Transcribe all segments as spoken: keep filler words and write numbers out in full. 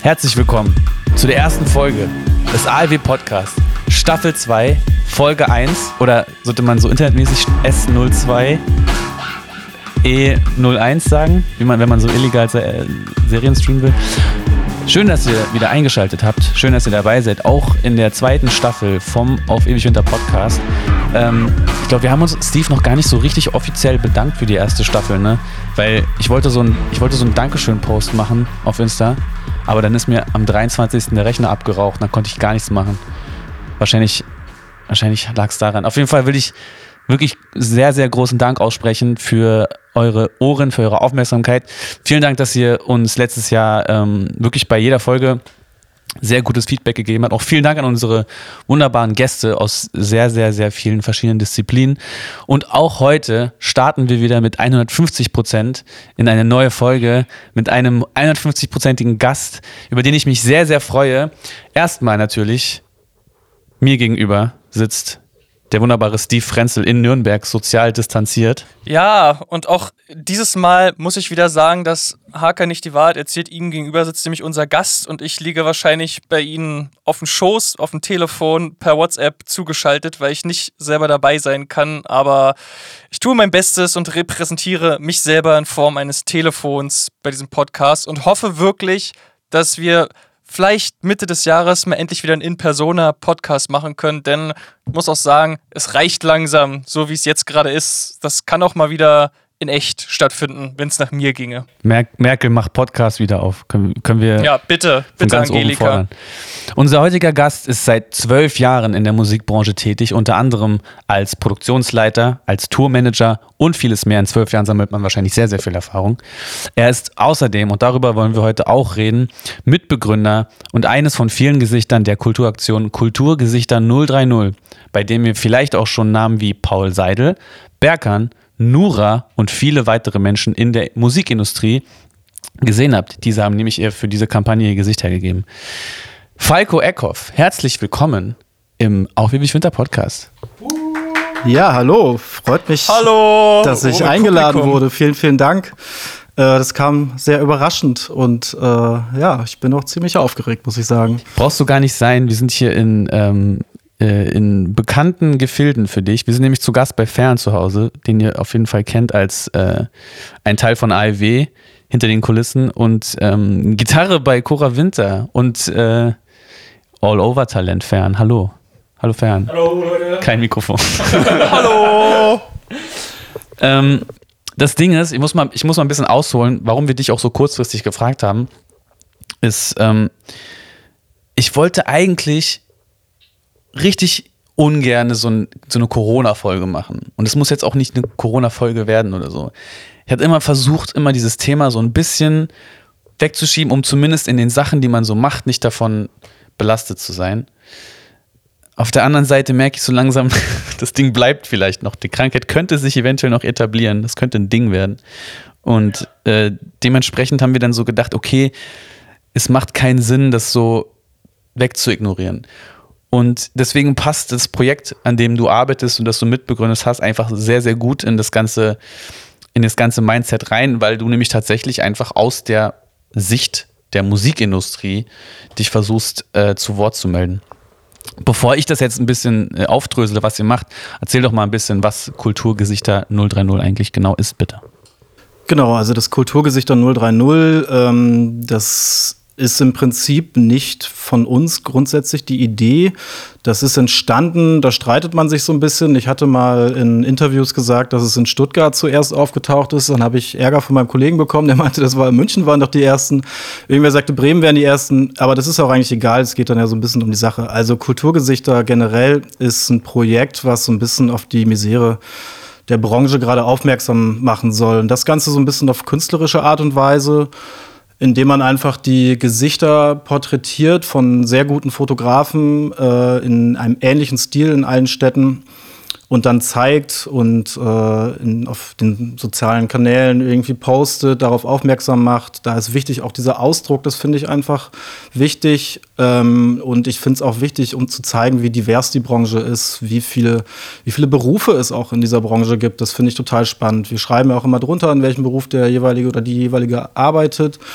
Herzlich willkommen zu der ersten Folge des A L W Podcast, Staffel zwei, Folge eins oder sollte man so internetmäßig S null zwei E null eins sagen, wie man, wenn man so illegal äh, Serien streamen will. Schön, dass ihr wieder eingeschaltet habt. Schön, dass ihr dabei seid. Auch in der zweiten Staffel vom Auf ewig Winter Podcast. Ähm, ich glaube, wir haben uns, Steve, noch gar nicht so richtig offiziell bedankt für die erste Staffel, ne? Weil ich wollte so ein, ich wollte so einen Dankeschön-Post machen auf Insta, aber dann ist mir am dreiundzwanzigsten der Rechner abgeraucht, dann konnte ich gar nichts machen. Wahrscheinlich, wahrscheinlich lag es daran. Auf jeden Fall will ich wirklich sehr, sehr großen Dank aussprechen für eure Ohren, für eure Aufmerksamkeit. Vielen Dank, dass ihr uns letztes Jahr ähm, wirklich bei jeder Folge sehr gutes Feedback gegeben habt. Auch vielen Dank an unsere wunderbaren Gäste aus sehr, sehr, sehr vielen verschiedenen Disziplinen. Und auch heute starten wir wieder mit hundertfünfzig Prozent in eine neue Folge mit einem hundertfünfzig-prozentigen Gast, über den ich mich sehr, sehr freue. Erstmal natürlich, mir gegenüber sitzt der wunderbare Steve Frenzel in Nürnberg, sozial distanziert. Ja, und auch dieses Mal muss ich wieder sagen, dass Haka nicht die Wahrheit erzählt. Ihm gegenüber sitzt nämlich unser Gast und ich liege wahrscheinlich bei Ihnen auf dem Schoß, auf dem Telefon, per WhatsApp zugeschaltet, weil ich nicht selber dabei sein kann. Aber ich tue mein Bestes und repräsentiere mich selber in Form eines Telefons bei diesem Podcast und hoffe wirklich, dass wir vielleicht Mitte des Jahres mal endlich wieder einen In-Persona-Podcast machen können, denn ich muss auch sagen, es reicht langsam, so wie es jetzt gerade ist. Das kann auch mal wieder in echt stattfinden, wenn es nach mir ginge. Mer- Merkel macht Podcast wieder auf. Können, können wir Ja, bitte, bitte, ganz Angelika. Unser heutiger Gast ist seit zwölf Jahren in der Musikbranche tätig, unter anderem als Produktionsleiter, als Tourmanager und vieles mehr. In zwölf Jahren sammelt man wahrscheinlich sehr, sehr viel Erfahrung. Er ist außerdem, und darüber wollen wir heute auch reden, Mitbegründer und eines von vielen Gesichtern der Kulturaktion Kulturgesichter null drei null, bei dem ihr vielleicht auch schon Namen wie Paul Seidel, Berkan, Nura und viele weitere Menschen in der Musikindustrie gesehen habt. Diese haben nämlich ihr für diese Kampagne ihr Gesicht hergegeben. Falco Eckhoff, herzlich willkommen im Auf ewig Winter Podcast. Ja, hallo. Freut mich, Hallo, dass ich oh, eingeladen Publikum. wurde. Vielen, vielen Dank. Äh, das kam sehr überraschend und äh, ja, ich bin auch ziemlich aufgeregt, muss ich sagen. Brauchst du gar nicht sein. Wir sind hier in ähm, in bekannten Gefilden für dich. Wir sind nämlich zu Gast bei Fern zu Hause, den ihr auf jeden Fall kennt als äh, ein Teil von A L W hinter den Kulissen und ähm, Gitarre bei Cora Winter und äh, All-Over-Talent Fern. Hallo. Hallo Fern. Hallo Leute. Kein Mikrofon. Hallo. ähm, das Ding ist, ich muss, mal, ich muss mal ein bisschen ausholen, warum wir dich auch so kurzfristig gefragt haben, ist, ähm, ich wollte eigentlich richtig ungern so, ein, so eine Corona-Folge machen. Und es muss jetzt auch nicht eine Corona-Folge werden oder so. Ich habe immer versucht, immer dieses Thema so ein bisschen wegzuschieben, um zumindest in den Sachen, die man so macht, nicht davon belastet zu sein. Auf der anderen Seite merke ich so langsam, das Ding bleibt vielleicht noch. Die Krankheit könnte sich eventuell noch etablieren. Das könnte ein Ding werden. Und äh, dementsprechend haben wir dann so gedacht, okay, es macht keinen Sinn, das so wegzuignorieren. Und deswegen passt das Projekt, an dem du arbeitest und das du mitbegründet hast, einfach sehr, sehr gut in das ganze, in das ganze Mindset rein, weil du nämlich tatsächlich einfach aus der Sicht der Musikindustrie dich versuchst, äh, zu Wort zu melden. Bevor ich das jetzt ein bisschen äh, aufdrösele, was ihr macht, erzähl doch mal ein bisschen, was Kulturgesichter null drei null eigentlich genau ist, bitte. Genau, also das Kulturgesichter null drei null, ähm, das ist im Prinzip nicht von uns grundsätzlich die Idee. Das ist entstanden, da streitet man sich so ein bisschen. Ich hatte mal in Interviews gesagt, dass es in Stuttgart zuerst aufgetaucht ist. Dann habe ich Ärger von meinem Kollegen bekommen, der meinte, das war in München, waren doch die ersten. Irgendwer sagte, Bremen wären die ersten. Aber das ist auch eigentlich egal, es geht dann ja so ein bisschen um die Sache. Also Kulturgesichter generell ist ein Projekt, was so ein bisschen auf die Misere der Branche gerade aufmerksam machen soll. Und das Ganze so ein bisschen auf künstlerische Art und Weise, indem man einfach die Gesichter porträtiert von sehr guten Fotografen äh, in einem ähnlichen Stil in allen Städten und dann zeigt und äh, in, auf den sozialen Kanälen irgendwie postet, darauf aufmerksam macht. Da ist wichtig auch dieser Ausdruck, das finde ich einfach wichtig. Ähm, und ich finde es auch wichtig, um zu zeigen, wie divers die Branche ist, wie viele, wie viele Berufe es auch in dieser Branche gibt. Das finde ich total spannend. Wir schreiben ja auch immer drunter, in welchem Beruf der jeweilige oder die jeweilige arbeitet.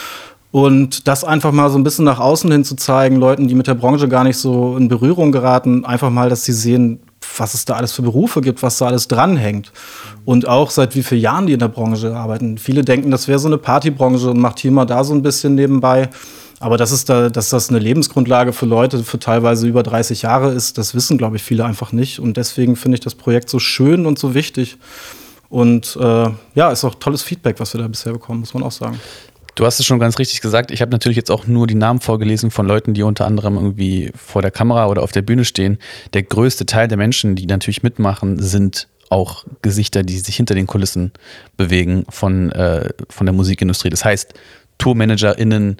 Und das einfach mal so ein bisschen nach außen hin zu zeigen, Leuten, die mit der Branche gar nicht so in Berührung geraten, einfach mal, dass sie sehen, was es da alles für Berufe gibt, was da alles dranhängt. Und auch seit wie vielen Jahren die in der Branche arbeiten. Viele denken, das wäre so eine Partybranche und macht hier mal da so ein bisschen nebenbei. Aber das ist da, dass das eine Lebensgrundlage für Leute für teilweise über dreißig Jahre ist, das wissen, glaube ich, viele einfach nicht. Und deswegen finde ich das Projekt so schön und so wichtig. Und äh, ja, ist auch tolles Feedback, was wir da bisher bekommen, muss man auch sagen. Du hast es schon ganz richtig gesagt. Ich habe natürlich jetzt auch nur die Namen vorgelesen von Leuten, die unter anderem irgendwie vor der Kamera oder auf der Bühne stehen. Der größte Teil der Menschen, die natürlich mitmachen, sind auch Gesichter, die sich hinter den Kulissen bewegen von, äh, von der Musikindustrie. Das heißt, TourmanagerInnen,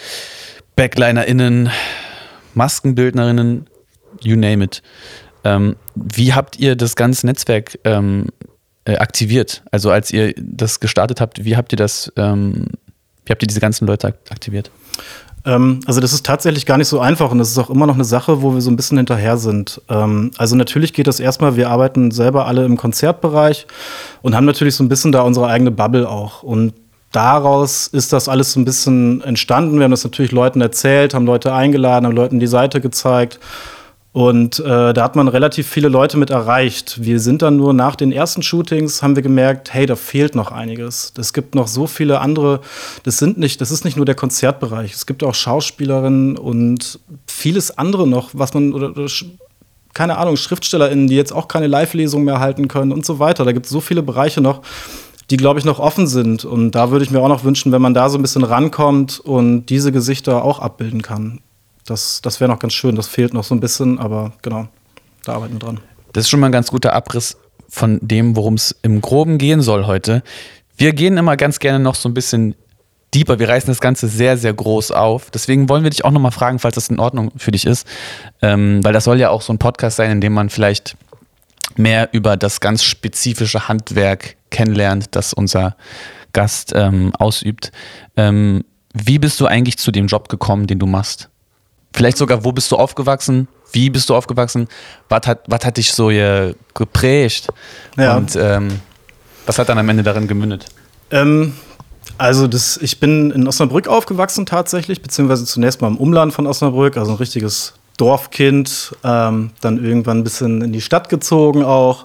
BacklinerInnen, MaskenbildnerInnen, you name it. Ähm, wie habt ihr das ganze Netzwerk ähm, äh, aktiviert? Also als ihr das gestartet habt, wie habt ihr das ähm, Wie habt ihr diese ganzen Leute aktiviert? Ähm, also das ist tatsächlich gar nicht so einfach und das ist auch immer noch eine Sache, wo wir so ein bisschen hinterher sind. Ähm, also natürlich geht das erstmal, wir arbeiten selber alle im Konzertbereich und haben natürlich so ein bisschen da unsere eigene Bubble auch. Und daraus ist das alles so ein bisschen entstanden. Wir haben das natürlich Leuten erzählt, haben Leute eingeladen, haben Leuten die Seite gezeigt. Und äh, da hat man relativ viele Leute mit erreicht. Wir sind dann nur nach den ersten Shootings, haben wir gemerkt, hey, da fehlt noch einiges. Es gibt noch so viele andere, das sind nicht, das ist nicht nur der Konzertbereich. Es gibt auch Schauspielerinnen und vieles andere noch, was man, oder, oder keine Ahnung, SchriftstellerInnen, die jetzt auch keine Live-Lesung mehr halten können und so weiter. Da gibt es so viele Bereiche noch, die, glaube ich, noch offen sind. Und da würde ich mir auch noch wünschen, wenn man da so ein bisschen rankommt und diese Gesichter auch abbilden kann. Das, das wäre noch ganz schön, das fehlt noch so ein bisschen, aber genau, da arbeiten wir dran. Das ist schon mal ein ganz guter Abriss von dem, worum es im Groben gehen soll heute. Wir gehen immer ganz gerne noch so ein bisschen deeper, wir reißen das Ganze sehr, sehr groß auf. Deswegen wollen wir dich auch nochmal fragen, falls das in Ordnung für dich ist, ähm, weil das soll ja auch so ein Podcast sein, in dem man vielleicht mehr über das ganz spezifische Handwerk kennenlernt, das unser Gast ähm, ausübt. Ähm, wie bist du eigentlich zu dem Job gekommen, den du machst? Vielleicht sogar, wo bist du aufgewachsen? Wie bist du aufgewachsen? Was hat, was hat dich so äh, geprägt? Ja. Und ähm, was hat dann am Ende darin gemündet? Ähm, also das, ich bin in Osnabrück aufgewachsen tatsächlich, beziehungsweise zunächst mal im Umland von Osnabrück, also ein richtiges Dorfkind. Ähm, dann irgendwann ein bisschen in die Stadt gezogen auch.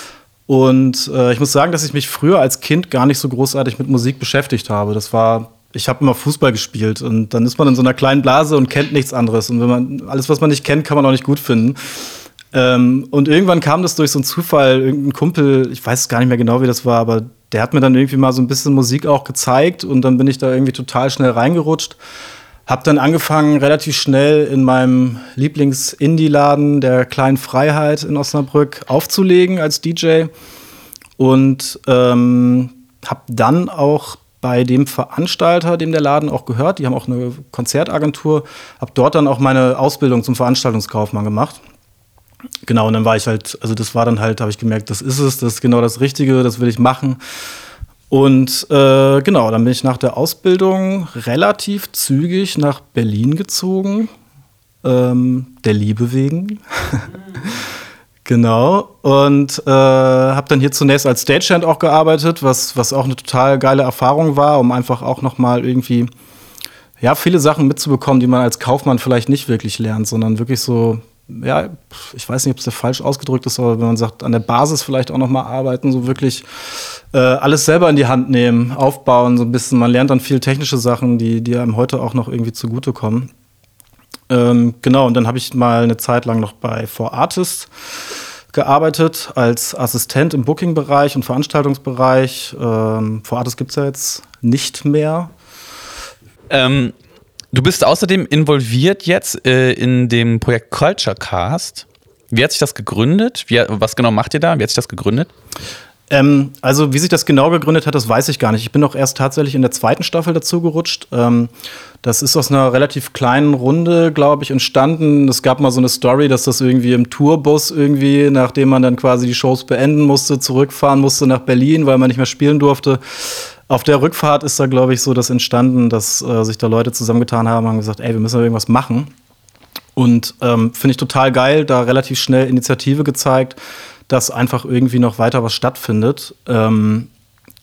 Und äh, ich muss sagen, dass ich mich früher als Kind gar nicht so großartig mit Musik beschäftigt habe. Das war Ich habe immer Fußball gespielt und dann ist man in so einer kleinen Blase und kennt nichts anderes. Und wenn man alles, was man nicht kennt, kann man auch nicht gut finden. Ähm, und irgendwann kam das durch so einen Zufall. Irgendein Kumpel, ich weiß gar nicht mehr genau, wie das war, aber der hat mir dann irgendwie mal so ein bisschen Musik auch gezeigt und dann bin ich da irgendwie total schnell reingerutscht. Hab dann angefangen, relativ schnell in meinem Lieblings-Indie-Laden der Kleinen Freiheit in Osnabrück aufzulegen als D J und ähm, hab dann auch bei dem Veranstalter, dem der Laden auch gehört, die haben auch eine Konzertagentur, habe dort dann auch meine Ausbildung zum Veranstaltungskaufmann gemacht. Genau, und dann war ich halt, also das war dann halt, habe ich gemerkt, das ist es, das ist genau das Richtige, das will ich machen. Und äh, genau, dann bin ich nach der Ausbildung relativ zügig nach Berlin gezogen, ähm, der Liebe wegen. Genau, und äh, habe dann hier zunächst als Stagehand auch gearbeitet, was, was auch eine total geile Erfahrung war, um einfach auch noch mal irgendwie ja, viele Sachen mitzubekommen, die man als Kaufmann vielleicht nicht wirklich lernt, sondern wirklich so, ja, ich weiß nicht, ob es da falsch ausgedrückt ist, aber wenn man sagt, an der Basis vielleicht auch noch mal arbeiten, so wirklich äh, alles selber in die Hand nehmen, aufbauen, so ein bisschen. Man lernt dann viel technische Sachen, die, die einem heute auch noch irgendwie zugutekommen. Ähm, genau, und dann habe ich mal eine Zeit lang noch bei four Artists gearbeitet, als Assistent im Booking-Bereich und Veranstaltungsbereich. Ähm, four Artists gibt es ja jetzt nicht mehr. Ähm, du bist außerdem involviert jetzt äh, in dem Projekt Culture Cast. Wie hat sich das gegründet? Wie, was genau macht ihr da? Wie hat sich das gegründet? Ähm, also wie sich das genau gegründet hat, das weiß ich gar nicht. Ich bin auch erst tatsächlich in der zweiten Staffel dazu gerutscht. Ähm, das ist aus einer relativ kleinen Runde, glaube ich, entstanden. Es gab mal so eine Story, dass das irgendwie im Tourbus irgendwie, nachdem man dann quasi die Shows beenden musste, zurückfahren musste nach Berlin, weil man nicht mehr spielen durfte. Auf der Rückfahrt ist da, glaube ich, so das entstanden, dass äh, sich da Leute zusammengetan haben und haben gesagt, ey, wir müssen irgendwas machen. Und ähm, finde ich total geil, da relativ schnell Initiative gezeigt, dass einfach irgendwie noch weiter was stattfindet. Ähm,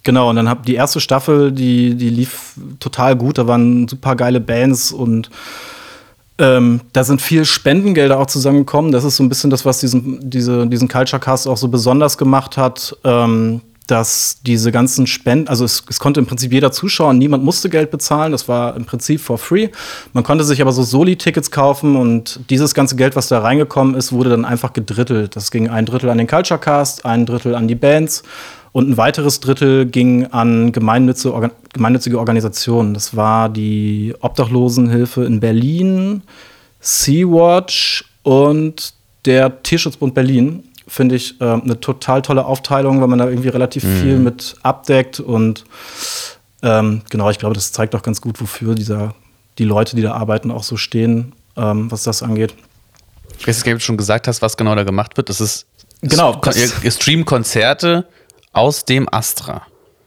Genau, und dann hab die erste Staffel, die, die lief total gut, da waren super geile Bands und ähm, da sind viel Spendengelder auch zusammengekommen. Das ist so ein bisschen das, was diesen, diese, diesen Culture Cast auch so besonders gemacht hat, ähm, dass diese ganzen Spenden, also es, es konnte im Prinzip jeder zuschauen, niemand musste Geld bezahlen, das war im Prinzip for free. Man konnte sich aber so Soli-Tickets kaufen und dieses ganze Geld, was da reingekommen ist, wurde dann einfach gedrittelt. Das ging ein Drittel an den Culture Cast, ein Drittel an die Bands. Und ein weiteres Drittel ging an gemeinnützige, Organ- gemeinnützige Organisationen. Das war die Obdachlosenhilfe in Berlin, Sea-Watch und der Tierschutzbund Berlin. Finde ich äh, eine total tolle Aufteilung, weil man da irgendwie relativ mhm. viel mit abdeckt. Und ähm, genau, ich glaube, das zeigt auch ganz gut, wofür dieser, die Leute, die da arbeiten, auch so stehen, ähm, was das angeht. Ich weiß nicht, ob du schon gesagt hast, was genau da gemacht wird. Das ist, genau, das ihr, ihr streamt Konzerte aus dem Astra.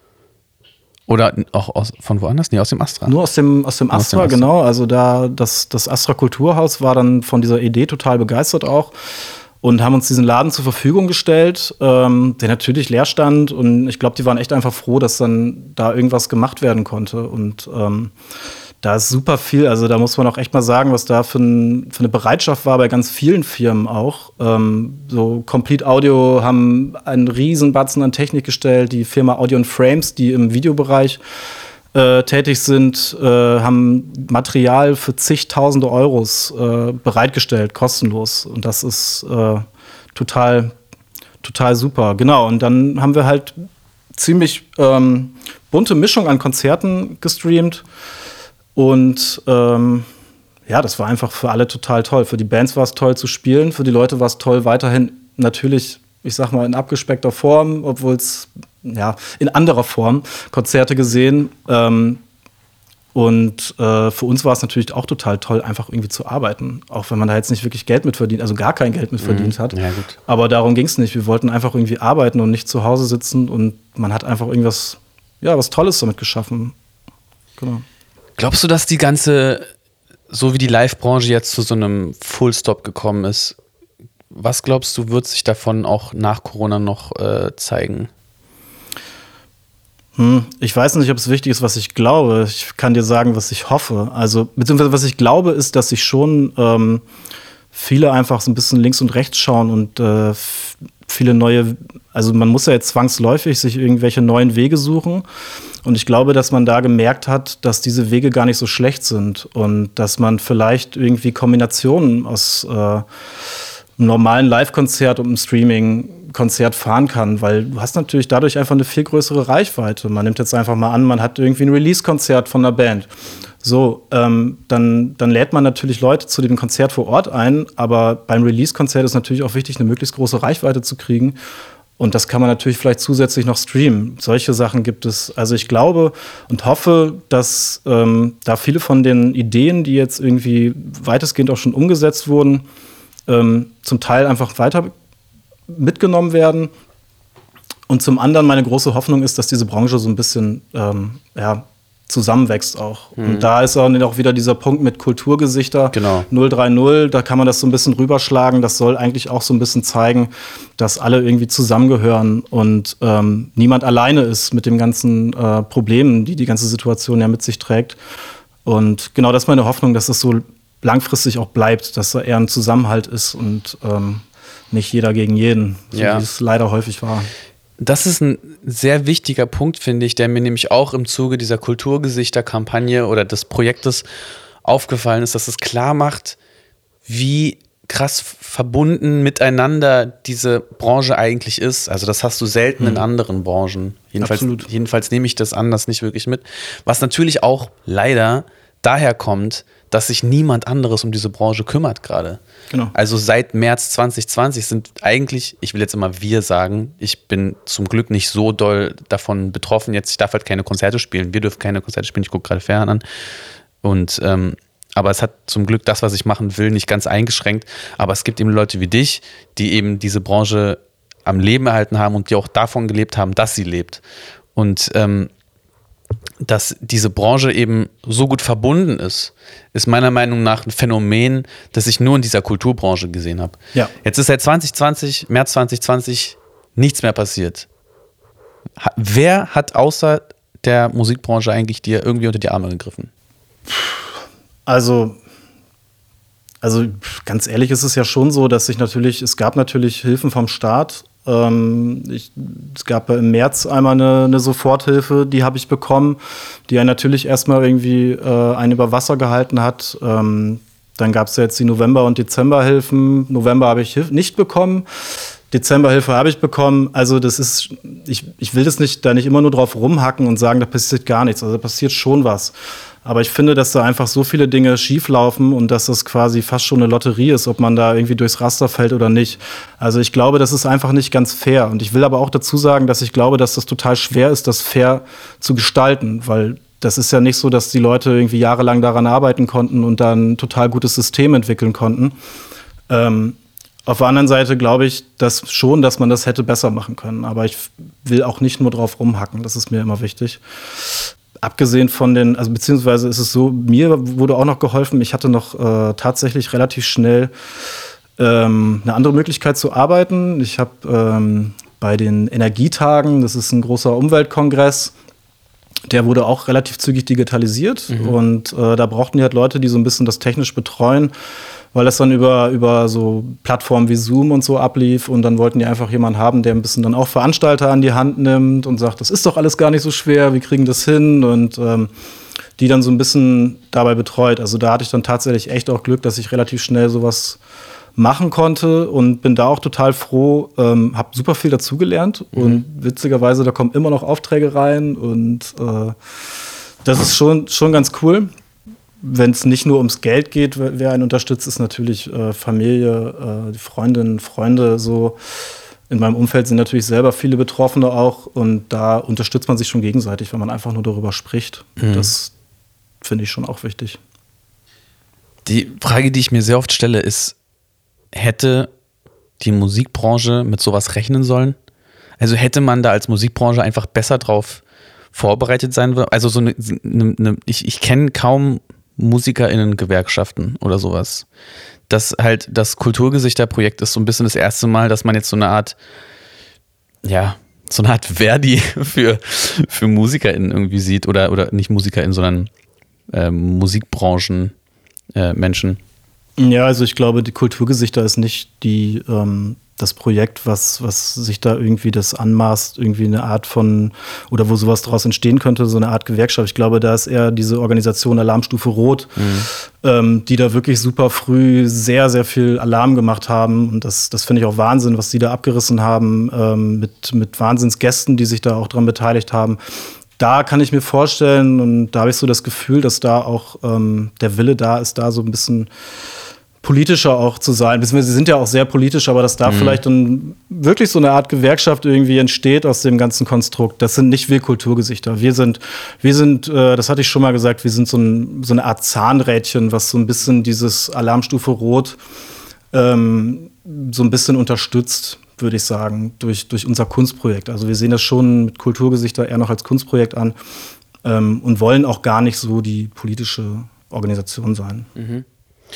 Oder auch aus, von woanders? Nee, aus dem Astra. Nur aus dem, aus dem Astra, aus dem Astra. Genau. Also da das, das Astra Kulturhaus war dann von dieser Idee total begeistert auch und haben uns diesen Laden zur Verfügung gestellt, ähm, der natürlich leer stand. Und ich glaube, die waren echt einfach froh, dass dann da irgendwas gemacht werden konnte. Und ähm, da ist super viel, also da muss man auch echt mal sagen, was da für, ein, für eine Bereitschaft war bei ganz vielen Firmen auch. Ähm, so Complete Audio haben einen riesen Batzen an Technik gestellt. Die Firma Audio and Frames, die im Videobereich äh, tätig sind, äh, haben Material für zigtausende Euros äh, bereitgestellt, kostenlos. Und das ist äh, total, total super. Genau, und dann haben wir halt ziemlich ähm, bunte Mischung an Konzerten gestreamt. Und ähm, ja, das war einfach für alle total toll. Für die Bands war es toll zu spielen, für die Leute war es toll, weiterhin natürlich, ich sag mal, in abgespeckter Form, obwohl es ja in anderer Form Konzerte gesehen. Ähm, und äh, für uns war es natürlich auch total toll, einfach irgendwie zu arbeiten. Auch wenn man da jetzt nicht wirklich Geld mit verdient, also gar kein Geld mit verdient mhm. hat. Ja, gut. Aber darum ging es nicht. Wir wollten einfach irgendwie arbeiten und nicht zu Hause sitzen. Und man hat einfach irgendwas, ja, was Tolles damit geschaffen. Genau. Glaubst du, dass die ganze, so wie die Live-Branche jetzt zu so einem Full-Stop gekommen ist, was glaubst du, wird sich davon auch nach Corona noch äh, zeigen? Hm, ich weiß nicht, ob es wichtig ist, was ich glaube. Ich kann dir sagen, was ich hoffe. Also, beziehungsweise was ich glaube, ist, dass sich schon ähm, viele einfach so ein bisschen links und rechts schauen und äh, f- viele neue, also man muss ja jetzt zwangsläufig sich irgendwelche neuen Wege suchen. Und ich glaube, dass man da gemerkt hat, dass diese Wege gar nicht so schlecht sind und dass man vielleicht irgendwie Kombinationen aus äh, einem normalen Live-Konzert und einem Streaming-Konzert fahren kann, weil du hast natürlich dadurch einfach eine viel größere Reichweite. Man nimmt jetzt einfach mal an, man hat irgendwie ein Release-Konzert von einer Band. So, ähm, dann, dann lädt man natürlich Leute zu dem Konzert vor Ort ein, aber beim Release-Konzert ist natürlich auch wichtig, eine möglichst große Reichweite zu kriegen. Und das kann man natürlich vielleicht zusätzlich noch streamen. Solche Sachen gibt es. Also ich glaube und hoffe, dass ähm, da viele von den Ideen, die jetzt irgendwie weitestgehend auch schon umgesetzt wurden, ähm, zum Teil einfach weiter mitgenommen werden. Und zum anderen meine große Hoffnung ist, dass diese Branche so ein bisschen ähm, ja, zusammenwächst auch. Mhm. Und da ist auch wieder dieser Punkt mit Kulturgesichter genau. null drei null, da kann man das so ein bisschen rüberschlagen. Das soll eigentlich auch so ein bisschen zeigen, dass alle irgendwie zusammengehören und ähm, niemand alleine ist mit den ganzen äh, Problemen, die die ganze Situation ja mit sich trägt. Und genau das ist meine Hoffnung, dass das so langfristig auch bleibt, dass da eher ein Zusammenhalt ist und ähm, nicht jeder gegen jeden, so ja. wie es leider häufig war. Das ist ein sehr wichtiger Punkt, finde ich, der mir nämlich auch im Zuge dieser Kulturgesichter-Kampagne oder des Projektes aufgefallen ist, dass es klar macht, wie krass verbunden miteinander diese Branche eigentlich ist. Also das hast du selten mhm. in anderen Branchen. Jedenfalls, Absolut. jedenfalls nehme ich das anders nicht wirklich mit. Was natürlich auch leider daher kommt, dass sich niemand anderes um diese Branche kümmert gerade. Genau. Also seit März zwanzig zwanzig sind eigentlich, ich will jetzt immer wir sagen, ich bin zum Glück nicht so doll davon betroffen jetzt, ich darf halt keine Konzerte spielen, wir dürfen keine Konzerte spielen, ich gucke gerade Fern an. Und, ähm, aber es hat zum Glück das, was ich machen will, nicht ganz eingeschränkt. Aber es gibt eben Leute wie dich, die eben diese Branche am Leben erhalten haben und die auch davon gelebt haben, dass sie lebt. Und ähm, dass diese Branche eben so gut verbunden ist, ist meiner Meinung nach ein Phänomen, das ich nur in dieser Kulturbranche gesehen habe. Ja. Jetzt ist seit zwanzig zwanzig, März zwanzig zwanzig, nichts mehr passiert. Ha- wer hat außer der Musikbranche eigentlich dir irgendwie unter die Arme gegriffen? Also, also ganz ehrlich ist es ja schon so, dass sich natürlich, es gab natürlich Hilfen vom Staat. Ähm, ich, es gab im März einmal eine, eine Soforthilfe, die habe ich bekommen, die einen natürlich erstmal irgendwie äh, einen über Wasser gehalten hat. Ähm, dann gab es ja jetzt die November- und Dezemberhilfen. November habe ich Hilf- nicht bekommen. Dezemberhilfe habe ich bekommen. Also das ist, ich, ich will das nicht, da nicht immer nur drauf rumhacken und sagen, da passiert gar nichts. Also da passiert schon was. Aber ich finde, dass da einfach so viele Dinge schieflaufen und dass das quasi fast schon eine Lotterie ist, ob man da irgendwie durchs Raster fällt oder nicht. Also ich glaube, das ist einfach nicht ganz fair. Und ich will aber auch dazu sagen, dass ich glaube, dass das total schwer ist, das fair zu gestalten, weil das ist ja nicht so, dass die Leute irgendwie jahrelang daran arbeiten konnten und dann ein total gutes System entwickeln konnten. Ähm, Auf der anderen Seite glaube ich dass schon, dass man das hätte besser machen können. Aber ich will auch nicht nur drauf rumhacken. Das ist mir immer wichtig. Abgesehen von den, also beziehungsweise ist es so, mir wurde auch noch geholfen. Ich hatte noch äh, tatsächlich relativ schnell ähm, eine andere Möglichkeit zu arbeiten. Ich habe ähm, bei den Energietagen, das ist ein großer Umweltkongress, der wurde auch relativ zügig digitalisiert. Mhm. Und äh, da brauchten die halt Leute, die so ein bisschen das technisch betreuen, weil das dann über, über so Plattformen wie Zoom und so ablief. Und dann wollten die einfach jemanden haben, der ein bisschen dann auch Veranstalter an die Hand nimmt und sagt, das ist doch alles gar nicht so schwer, wir kriegen das hin. Und ähm, die dann so ein bisschen dabei betreut. Also da hatte ich dann tatsächlich echt auch Glück, dass ich relativ schnell sowas machen konnte und bin da auch total froh, ähm, habe super viel dazugelernt. Mhm. Und witzigerweise, da kommen immer noch Aufträge rein. Und äh, das ist schon, schon ganz cool. Wenn es nicht nur ums Geld geht, wer einen unterstützt, ist natürlich äh, Familie, äh, die Freundinnen, Freunde. So in meinem Umfeld sind natürlich selber viele Betroffene auch und da unterstützt man sich schon gegenseitig, wenn man einfach nur darüber spricht. Mhm. Das finde ich schon auch wichtig. Die Frage, die ich mir sehr oft stelle, ist: Hätte die Musikbranche mit sowas rechnen sollen? Also hätte man da als Musikbranche einfach besser drauf vorbereitet sein wollen? Also so eine, eine ich, ich kenne kaum MusikerInnen-Gewerkschaften oder sowas. Das halt, das Kulturgesichter-Projekt ist so ein bisschen das erste Mal, dass man jetzt so eine Art, ja, so eine Art Verdi für, für MusikerInnen irgendwie sieht. Oder, oder nicht MusikerInnen, sondern äh, Musikbranchen, äh, Menschen. Ja, also ich glaube, die Kulturgesichter ist nicht die, ähm, das Projekt, was, was sich da irgendwie das anmaßt, irgendwie eine Art von, oder wo sowas daraus entstehen könnte, so eine Art Gewerkschaft. Ich glaube, da ist eher diese Organisation Alarmstufe Rot, mhm. ähm, die da wirklich super früh sehr, sehr viel Alarm gemacht haben. Und das, das finde ich auch Wahnsinn, was die da abgerissen haben, ähm, mit, mit Wahnsinnsgästen, die sich da auch dran beteiligt haben. Da kann ich mir vorstellen, und da habe ich so das Gefühl, dass da auch ähm, der Wille da ist, da so ein bisschen politischer auch zu sein. Beziehungsweise sie sind ja auch sehr politisch, aber dass da mhm. vielleicht dann wirklich so eine Art Gewerkschaft irgendwie entsteht aus dem ganzen Konstrukt. Das sind nicht wir Kulturgesichter. Wir sind, wir sind, äh, das hatte ich schon mal gesagt, wir sind so, ein, so eine Art Zahnrädchen, was so ein bisschen dieses Alarmstufe Rot ähm, so ein bisschen unterstützt, würde ich sagen, durch, durch unser Kunstprojekt. Also wir sehen das schon mit Kulturgesichter eher noch als Kunstprojekt an ähm, und wollen auch gar nicht so die politische Organisation sein. Mhm.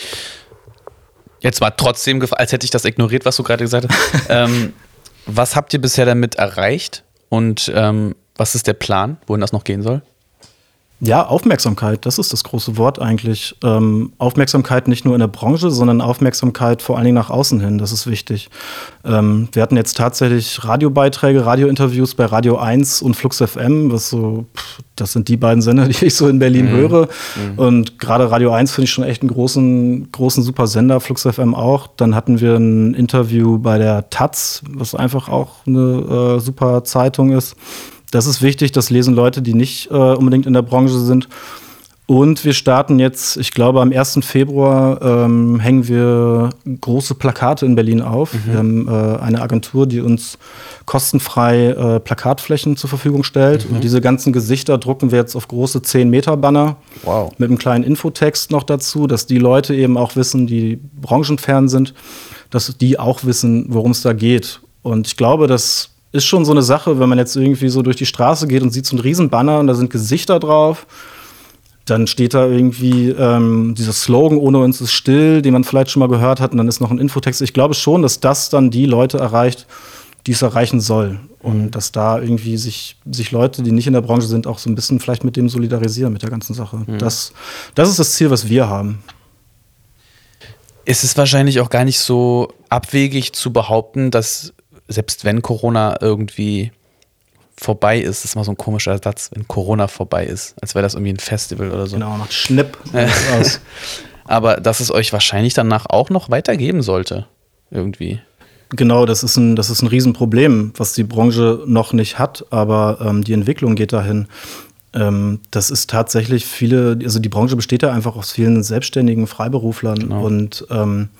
Jetzt war trotzdem, als hätte ich das ignoriert, was du gerade gesagt hast. ähm, was habt ihr bisher damit erreicht und ähm, was ist der Plan, wohin das noch gehen soll? Ja, Aufmerksamkeit, das ist das große Wort eigentlich. Ähm, Aufmerksamkeit nicht nur in der Branche, sondern Aufmerksamkeit vor allen Dingen nach außen hin, das ist wichtig. Ähm, wir hatten jetzt tatsächlich Radiobeiträge, Radiointerviews bei Radio eins und Flux F M, was so, pff, das sind die beiden Sender, die ich so in Berlin mhm. höre. Mhm. Und gerade Radio eins finde ich schon echt einen großen, großen super Sender, Flux F M auch. Dann hatten wir ein Interview bei der Taz, was einfach auch eine äh, super Zeitung ist. Das ist wichtig, das lesen Leute, die nicht äh, unbedingt in der Branche sind. Und wir starten jetzt, ich glaube, am ersten Februar ähm, hängen wir große Plakate in Berlin auf. Mhm. Wir haben äh, eine Agentur, die uns kostenfrei äh, Plakatflächen zur Verfügung stellt. Mhm. Und diese ganzen Gesichter drucken wir jetzt auf große zehn Meter Banner. Wow. Mit einem kleinen Infotext noch dazu, dass die Leute eben auch wissen, die branchenfern sind, dass die auch wissen, worum es da geht. Und ich glaube, dass ist schon so eine Sache, wenn man jetzt irgendwie so durch die Straße geht und sieht so einen riesen Banner und da sind Gesichter drauf, dann steht da irgendwie ähm, dieser Slogan, ohne uns ist still, den man vielleicht schon mal gehört hat, und dann ist noch ein Infotext. Ich glaube schon, dass das dann die Leute erreicht, die es erreichen soll. Und dass da irgendwie sich, sich Leute, die nicht in der Branche sind, auch so ein bisschen vielleicht mit dem solidarisieren, mit der ganzen Sache. Mhm. Das, das ist das Ziel, was wir haben. Es ist wahrscheinlich auch gar nicht so abwegig zu behaupten, dass selbst wenn Corona irgendwie vorbei ist, das ist mal so ein komischer Satz, wenn Corona vorbei ist, als wäre das irgendwie ein Festival oder so. Genau, macht Schnipp. aus. Aber dass es euch wahrscheinlich danach auch noch weitergeben sollte, irgendwie. Genau, das ist ein, das ist ein Riesenproblem, was die Branche noch nicht hat, aber ähm, die Entwicklung geht dahin. Ähm, das ist tatsächlich viele, also die Branche besteht ja einfach aus vielen selbstständigen Freiberuflern genau. und ähm,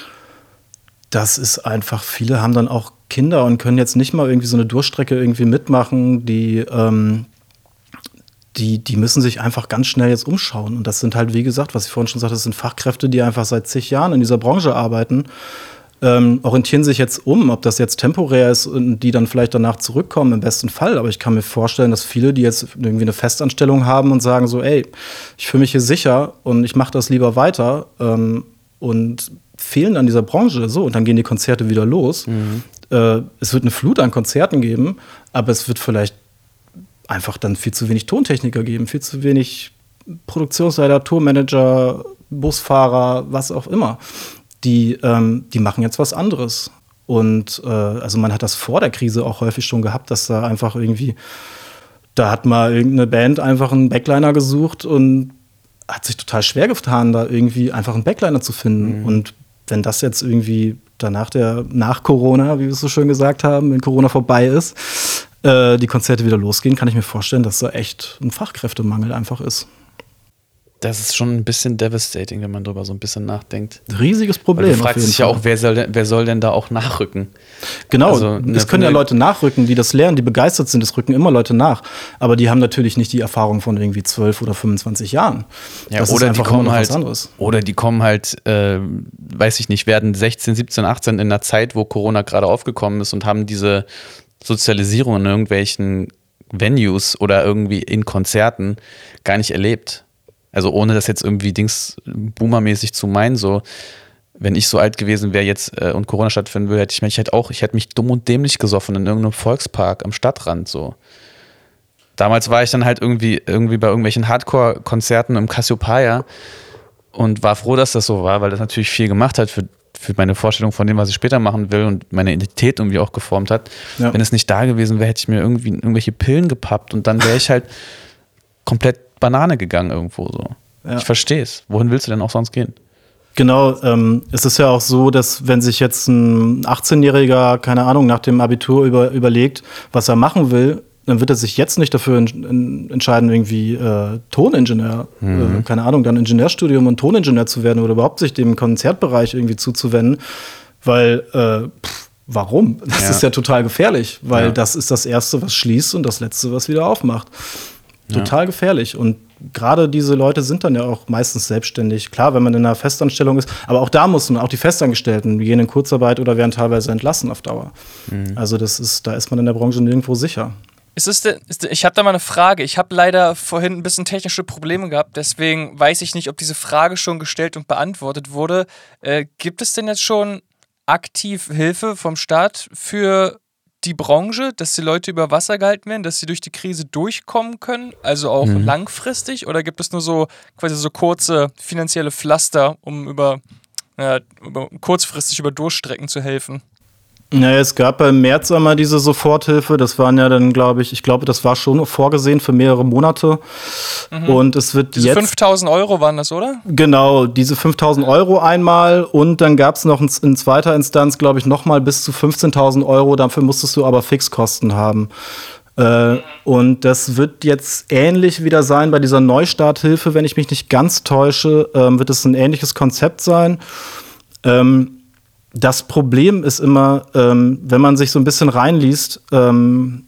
das ist einfach, viele haben dann auch Kinder und können jetzt nicht mal irgendwie so eine Durchstrecke irgendwie mitmachen, die, ähm, die, die müssen sich einfach ganz schnell jetzt umschauen. Und das sind halt, wie gesagt, was ich vorhin schon sagte, das sind Fachkräfte, die einfach seit zig Jahren in dieser Branche arbeiten, ähm, orientieren sich jetzt um, ob das jetzt temporär ist und die dann vielleicht danach zurückkommen, im besten Fall. Aber ich kann mir vorstellen, dass viele, die jetzt irgendwie eine Festanstellung haben und sagen so, ey, ich fühle mich hier sicher und ich mache das lieber weiter ähm, und fehlen an dieser Branche. So, und dann gehen die Konzerte wieder los. Mhm. Äh, es wird eine Flut an Konzerten geben, aber es wird vielleicht einfach dann viel zu wenig Tontechniker geben, viel zu wenig Produktionsleiter, Tourmanager, Busfahrer, was auch immer. Die, ähm, die machen jetzt was anderes. Und äh, also man hat das vor der Krise auch häufig schon gehabt, dass da einfach irgendwie, da hat mal irgendeine Band einfach einen Backliner gesucht und hat sich total schwer getan, da irgendwie einfach einen Backliner zu finden. Mhm. Und wenn das jetzt irgendwie danach der, nach Corona, wie wir es so schön gesagt haben, wenn Corona vorbei ist, äh, die Konzerte wieder losgehen, kann ich mir vorstellen, dass da echt ein Fachkräftemangel einfach ist. Das ist schon ein bisschen devastating, wenn man darüber so ein bisschen nachdenkt. Riesiges Problem. Du fragst dich ja auch, wer soll, denn, wer soll denn da auch nachrücken? Genau, also, es können ja Leute nachrücken, die das lernen, die begeistert sind, es rücken immer Leute nach. Aber die haben natürlich nicht die Erfahrung von irgendwie zwölf oder fünfundzwanzig Jahren. Ja, das oder ist einfach die kommen immer noch halt, was anderes. Oder die kommen halt, äh, weiß ich nicht, werden sechzehn, siebzehn, achtzehn in einer Zeit, wo Corona gerade aufgekommen ist und haben diese Sozialisierung in irgendwelchen Venues oder irgendwie in Konzerten gar nicht erlebt. Also ohne das jetzt irgendwie Dings boomermäßig zu meinen, so wenn ich so alt gewesen wäre jetzt äh, und Corona stattfinden würde, hätte ich mich halt auch, ich hätte mich dumm und dämlich gesoffen in irgendeinem Volkspark am Stadtrand so. Damals war ich dann halt irgendwie irgendwie bei irgendwelchen Hardcore-Konzerten im Cassiopeia und war froh, dass das so war, weil das natürlich viel gemacht hat für, für meine Vorstellung von dem, was ich später machen will und meine Identität irgendwie auch geformt hat. Ja. Wenn es nicht da gewesen wäre, hätte ich mir irgendwie irgendwelche Pillen gepappt und dann wäre ich halt komplett Banane gegangen irgendwo so. Ja. Ich verstehe es. Wohin willst du denn auch sonst gehen? Genau, ähm, es ist ja auch so, dass wenn sich jetzt ein achtzehnjähriger, keine Ahnung, nach dem Abitur über, überlegt, was er machen will, dann wird er sich jetzt nicht dafür in, in, entscheiden, irgendwie äh, Toningenieur, mhm. äh, keine Ahnung, dann Ingenieurstudium und Toningenieur zu werden oder überhaupt sich dem Konzertbereich irgendwie zuzuwenden, weil äh, pff, warum? Das ja. ist ja total gefährlich, weil ja. das ist das Erste, was schließt und das Letzte, was wieder aufmacht. Total ja. gefährlich. Und gerade diese Leute sind dann ja auch meistens selbstständig. Klar, wenn man in einer Festanstellung ist, aber auch da muss man, auch die Festangestellten, die gehen in Kurzarbeit oder werden teilweise entlassen auf Dauer. Mhm. Also das ist, da ist man in der Branche nirgendwo sicher. Ist es denn, ist, ich habe da mal eine Frage. Ich habe leider vorhin ein bisschen technische Probleme gehabt, deswegen weiß ich nicht, ob diese Frage schon gestellt und beantwortet wurde. Äh, gibt es denn jetzt schon aktiv Hilfe vom Staat für die Branche, dass die Leute über Wasser gehalten werden, dass sie durch die Krise durchkommen können, also auch mhm. langfristig, oder gibt es nur so quasi so kurze finanzielle Pflaster, um über, ja, über kurzfristig über Durchstrecken zu helfen? Naja, es gab im März einmal diese Soforthilfe, das waren ja dann, glaube ich, ich glaube, das war schon vorgesehen für mehrere Monate. Mhm. Und es wird diese jetzt fünftausend Euro waren das, oder? Genau, diese fünftausend Euro einmal und dann gab es noch in, in zweiter Instanz, glaube ich, nochmal bis zu fünfzehntausend Euro, dafür musstest du aber Fixkosten haben. Äh, und das wird jetzt ähnlich wieder sein bei dieser Neustarthilfe, wenn ich mich nicht ganz täusche, ähm, wird es ein ähnliches Konzept sein. Ähm, Das Problem ist immer, ähm, wenn man sich so ein bisschen reinliest, ähm,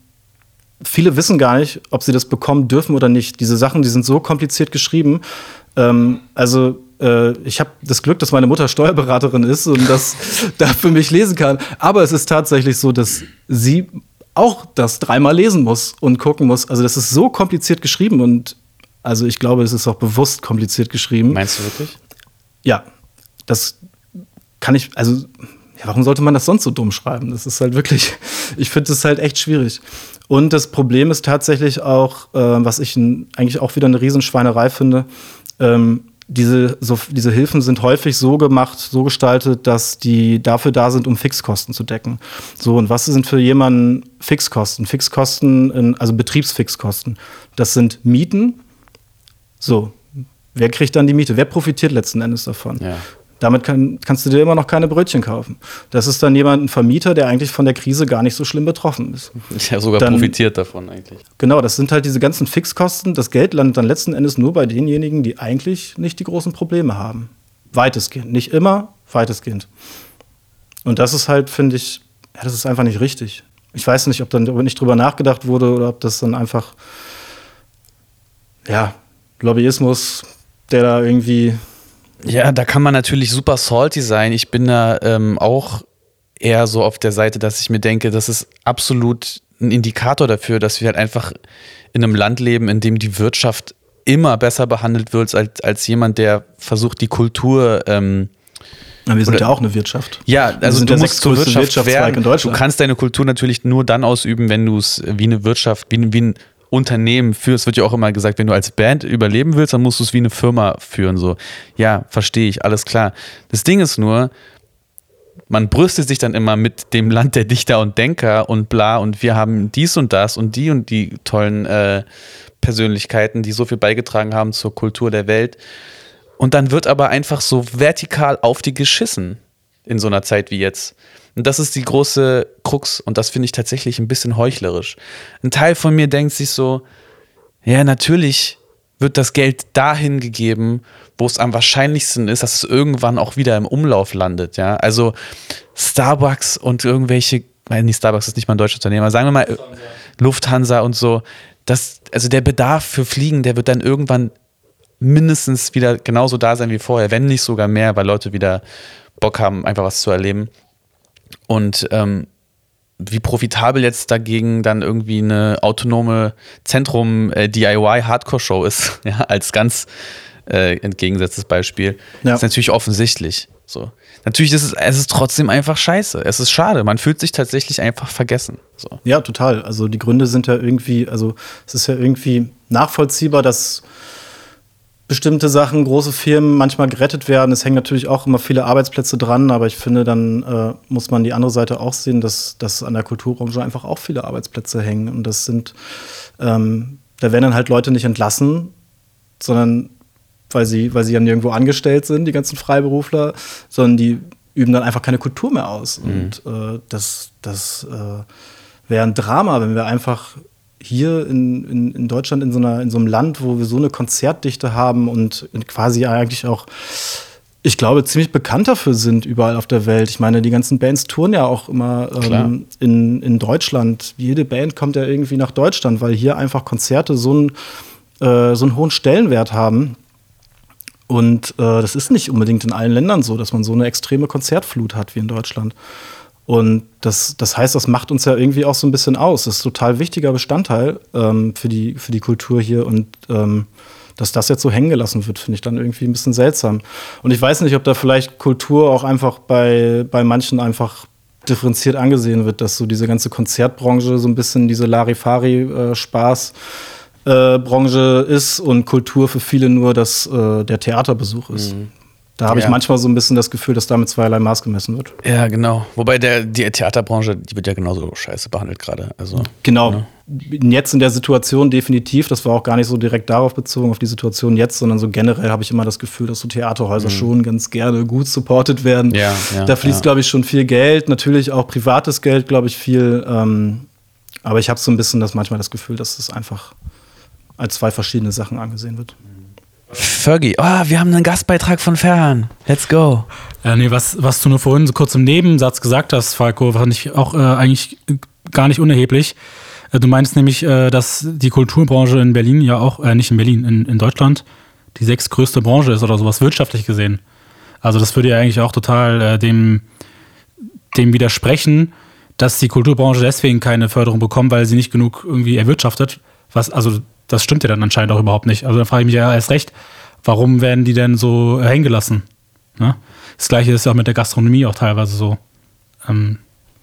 viele wissen gar nicht, ob sie das bekommen dürfen oder nicht. Diese Sachen, die sind so kompliziert geschrieben. Ähm, also äh, ich habe das Glück, dass meine Mutter Steuerberaterin ist und das da für mich lesen kann. Aber es ist tatsächlich so, dass sie auch das dreimal lesen muss und gucken muss. Also das ist so kompliziert geschrieben und also ich glaube, es ist auch bewusst kompliziert geschrieben. Meinst du wirklich? Ja, das kann ich, also ja, warum sollte man das sonst so dumm schreiben? Das ist halt wirklich, ich finde das halt echt schwierig. Und das Problem ist tatsächlich auch, äh, was ich n, eigentlich auch wieder eine Riesenschweinerei finde, ähm, diese, so, diese Hilfen sind häufig so gemacht, so gestaltet, dass die dafür da sind, um Fixkosten zu decken. So, und was sind für jemanden Fixkosten? Fixkosten, in, also Betriebsfixkosten. Das sind Mieten. So, wer kriegt dann die Miete? Wer profitiert letzten Endes davon? Ja. Damit kann, kannst du dir immer noch keine Brötchen kaufen. Das ist dann jemand, ein Vermieter, der eigentlich von der Krise gar nicht so schlimm betroffen ist. Ja, sogar dann, profitiert davon eigentlich. Genau, das sind halt diese ganzen Fixkosten. Das Geld landet dann letzten Endes nur bei denjenigen, die eigentlich nicht die großen Probleme haben. Weitestgehend. Nicht immer, weitestgehend. Und das ist halt, finde ich, ja, das ist einfach nicht richtig. Ich weiß nicht, ob dann nicht drüber nachgedacht wurde oder ob das dann einfach, ja, Lobbyismus, der da irgendwie... Ja, da kann man natürlich super salty sein. Ich bin da ähm, auch eher so auf der Seite, dass ich mir denke, das ist absolut ein Indikator dafür, dass wir halt einfach in einem Land leben, in dem die Wirtschaft immer besser behandelt wird als, als jemand, der versucht, die Kultur ähm, ja, wir sind oder, ja auch eine Wirtschaft. Ja, also du musst zur Wirtschaft werden. Du kannst deine Kultur natürlich nur dann ausüben, wenn du es wie eine Wirtschaft, wie, wie ein Unternehmen führst. Wird ja auch immer gesagt, wenn du als Band überleben willst, dann musst du es wie eine Firma führen. So, ja, verstehe ich, alles klar. Das Ding ist nur, man brüstet sich dann immer mit dem Land der Dichter und Denker und bla und wir haben dies und das und die und die tollen äh, Persönlichkeiten, die so viel beigetragen haben zur Kultur der Welt. Und dann wird aber einfach so vertikal auf die geschissen in so einer Zeit wie jetzt. Und das ist die große Krux und das finde ich tatsächlich ein bisschen heuchlerisch. Ein Teil von mir denkt sich so, ja, natürlich wird das Geld dahin gegeben, wo es am wahrscheinlichsten ist, dass es irgendwann auch wieder im Umlauf landet. Ja? Also Starbucks und irgendwelche, nein, nicht Starbucks ist nicht mal ein deutsches Unternehmen, aber sagen wir mal Lufthansa, Lufthansa und so. Das, also der Bedarf für Fliegen, der wird dann irgendwann mindestens wieder genauso da sein wie vorher, wenn nicht sogar mehr, weil Leute wieder Bock haben, einfach was zu erleben. Und ähm, wie profitabel jetzt dagegen dann irgendwie eine autonome Zentrum-D I Y-Hardcore-Show ist, ja, als ganz äh, entgegengesetztes Beispiel, ja. Ist natürlich offensichtlich. So. Natürlich ist es, es ist trotzdem einfach scheiße. Es ist schade. Man fühlt sich tatsächlich einfach vergessen. So. Ja, total. Also die Gründe sind ja irgendwie, also es ist ja irgendwie nachvollziehbar, dass bestimmte Sachen, große Firmen manchmal gerettet werden. Es hängen natürlich auch immer viele Arbeitsplätze dran, aber ich finde, dann äh, muss man die andere Seite auch sehen, dass, dass an der Kulturbranche einfach auch viele Arbeitsplätze hängen. Und das sind, ähm, da werden dann halt Leute nicht entlassen, sondern weil sie, weil sie dann irgendwo angestellt sind, die ganzen Freiberufler, sondern die üben dann einfach keine Kultur mehr aus. Mhm. Und äh, das, das äh, wäre ein Drama, wenn wir einfach hier in, in, in Deutschland, in so, einer, in so einem Land, wo wir so eine Konzertdichte haben und quasi eigentlich auch, ich glaube, ziemlich bekannt dafür sind überall auf der Welt. Ich meine, die ganzen Bands touren ja auch immer ähm, in, in Deutschland. Jede Band kommt ja irgendwie nach Deutschland, weil hier einfach Konzerte so einen, äh, so einen hohen Stellenwert haben. Und äh, das ist nicht unbedingt in allen Ländern so, dass man so eine extreme Konzertflut hat wie in Deutschland. Und das, das heißt, das macht uns ja irgendwie auch so ein bisschen aus. Das ist ein total wichtiger Bestandteil ähm, für die, für die Kultur hier. Und ähm, dass das jetzt so hängen gelassen wird, finde ich dann irgendwie ein bisschen seltsam. Und ich weiß nicht, ob da vielleicht Kultur auch einfach bei, bei manchen einfach differenziert angesehen wird, dass so diese ganze Konzertbranche so ein bisschen diese Larifari-Spaß-Branche äh, ist und Kultur für viele nur das, äh, der Theaterbesuch ist. Mhm. Da habe ich ja. manchmal so ein bisschen das Gefühl, dass damit zweierlei Maß gemessen wird. Ja, genau. Wobei der, die Theaterbranche, die wird ja genauso scheiße behandelt gerade. Also, genau. Ne? Jetzt in der Situation definitiv. Das war auch gar nicht so direkt darauf bezogen, auf die Situation jetzt, sondern so generell habe ich immer das Gefühl, dass so Theaterhäuser mhm. schon ganz gerne gut supported werden. Ja, ja, da fließt, ja. glaube ich, schon viel Geld. Natürlich auch privates Geld, glaube ich, viel. Ähm, aber ich habe so ein bisschen das manchmal das Gefühl, dass es einfach als zwei verschiedene Sachen angesehen wird. Fergie, oh, wir haben einen Gastbeitrag von Ferhan. Let's go. Äh, nee, was, was du nur vorhin so kurz im Nebensatz gesagt hast, Falco, fand ich auch äh, eigentlich gar nicht unerheblich. Äh, du meinst nämlich, äh, dass die Kulturbranche in Berlin ja auch, äh, nicht in Berlin, in, in Deutschland, die sechstgrößte Branche ist oder sowas, wirtschaftlich gesehen. Also das würde ja eigentlich auch total äh, dem, dem widersprechen, dass die Kulturbranche deswegen keine Förderung bekommt, weil sie nicht genug irgendwie erwirtschaftet. Was, also das stimmt ja dann anscheinend auch überhaupt nicht. Also da frage ich mich ja erst recht, warum werden die denn so hängen gelassen? Ne? Das Gleiche ist ja auch mit der Gastronomie auch teilweise so. Ähm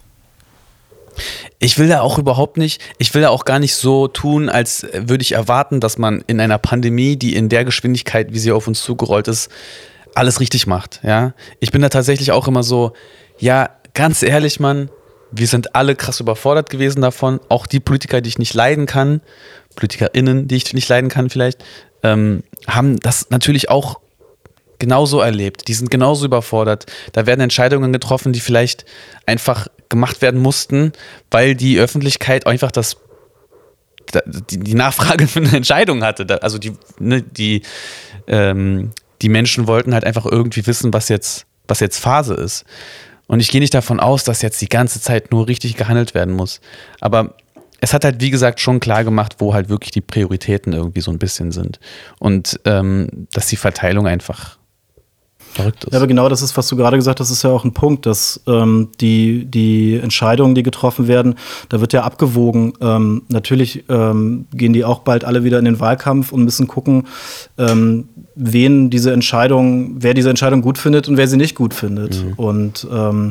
Ich will da auch überhaupt nicht, ich will da auch gar nicht so tun, als würde ich erwarten, dass man in einer Pandemie, die in der Geschwindigkeit, wie sie auf uns zugerollt ist, alles richtig macht, ja. Ich bin da tatsächlich auch immer so, ja, ganz ehrlich, Mann, wir sind alle krass überfordert gewesen davon, auch die Politiker, die ich nicht leiden kann, PolitikerInnen, die ich nicht leiden kann vielleicht, ähm, haben das natürlich auch genauso erlebt. Die sind genauso überfordert. Da werden Entscheidungen getroffen, die vielleicht einfach gemacht werden mussten, weil die Öffentlichkeit einfach das die, die Nachfrage für eine Entscheidung hatte. Also die, ne, die, ähm, die Menschen wollten halt einfach irgendwie wissen, was jetzt, was jetzt Phase ist. Und ich gehe nicht davon aus, dass jetzt die ganze Zeit nur richtig gehandelt werden muss. Aber es hat halt, wie gesagt, schon klar gemacht, wo halt wirklich die Prioritäten irgendwie so ein bisschen sind. Und ähm, dass die Verteilung einfach verrückt ist. Ja, aber genau das ist, was du gerade gesagt hast, ist ja auch ein Punkt, dass ähm, die, die Entscheidungen, die getroffen werden, da wird ja abgewogen. Ähm, natürlich ähm, gehen die auch bald alle wieder in den Wahlkampf und müssen gucken, ähm, wen diese Entscheidung, wer diese Entscheidung gut findet und wer sie nicht gut findet. Mhm. Und ähm,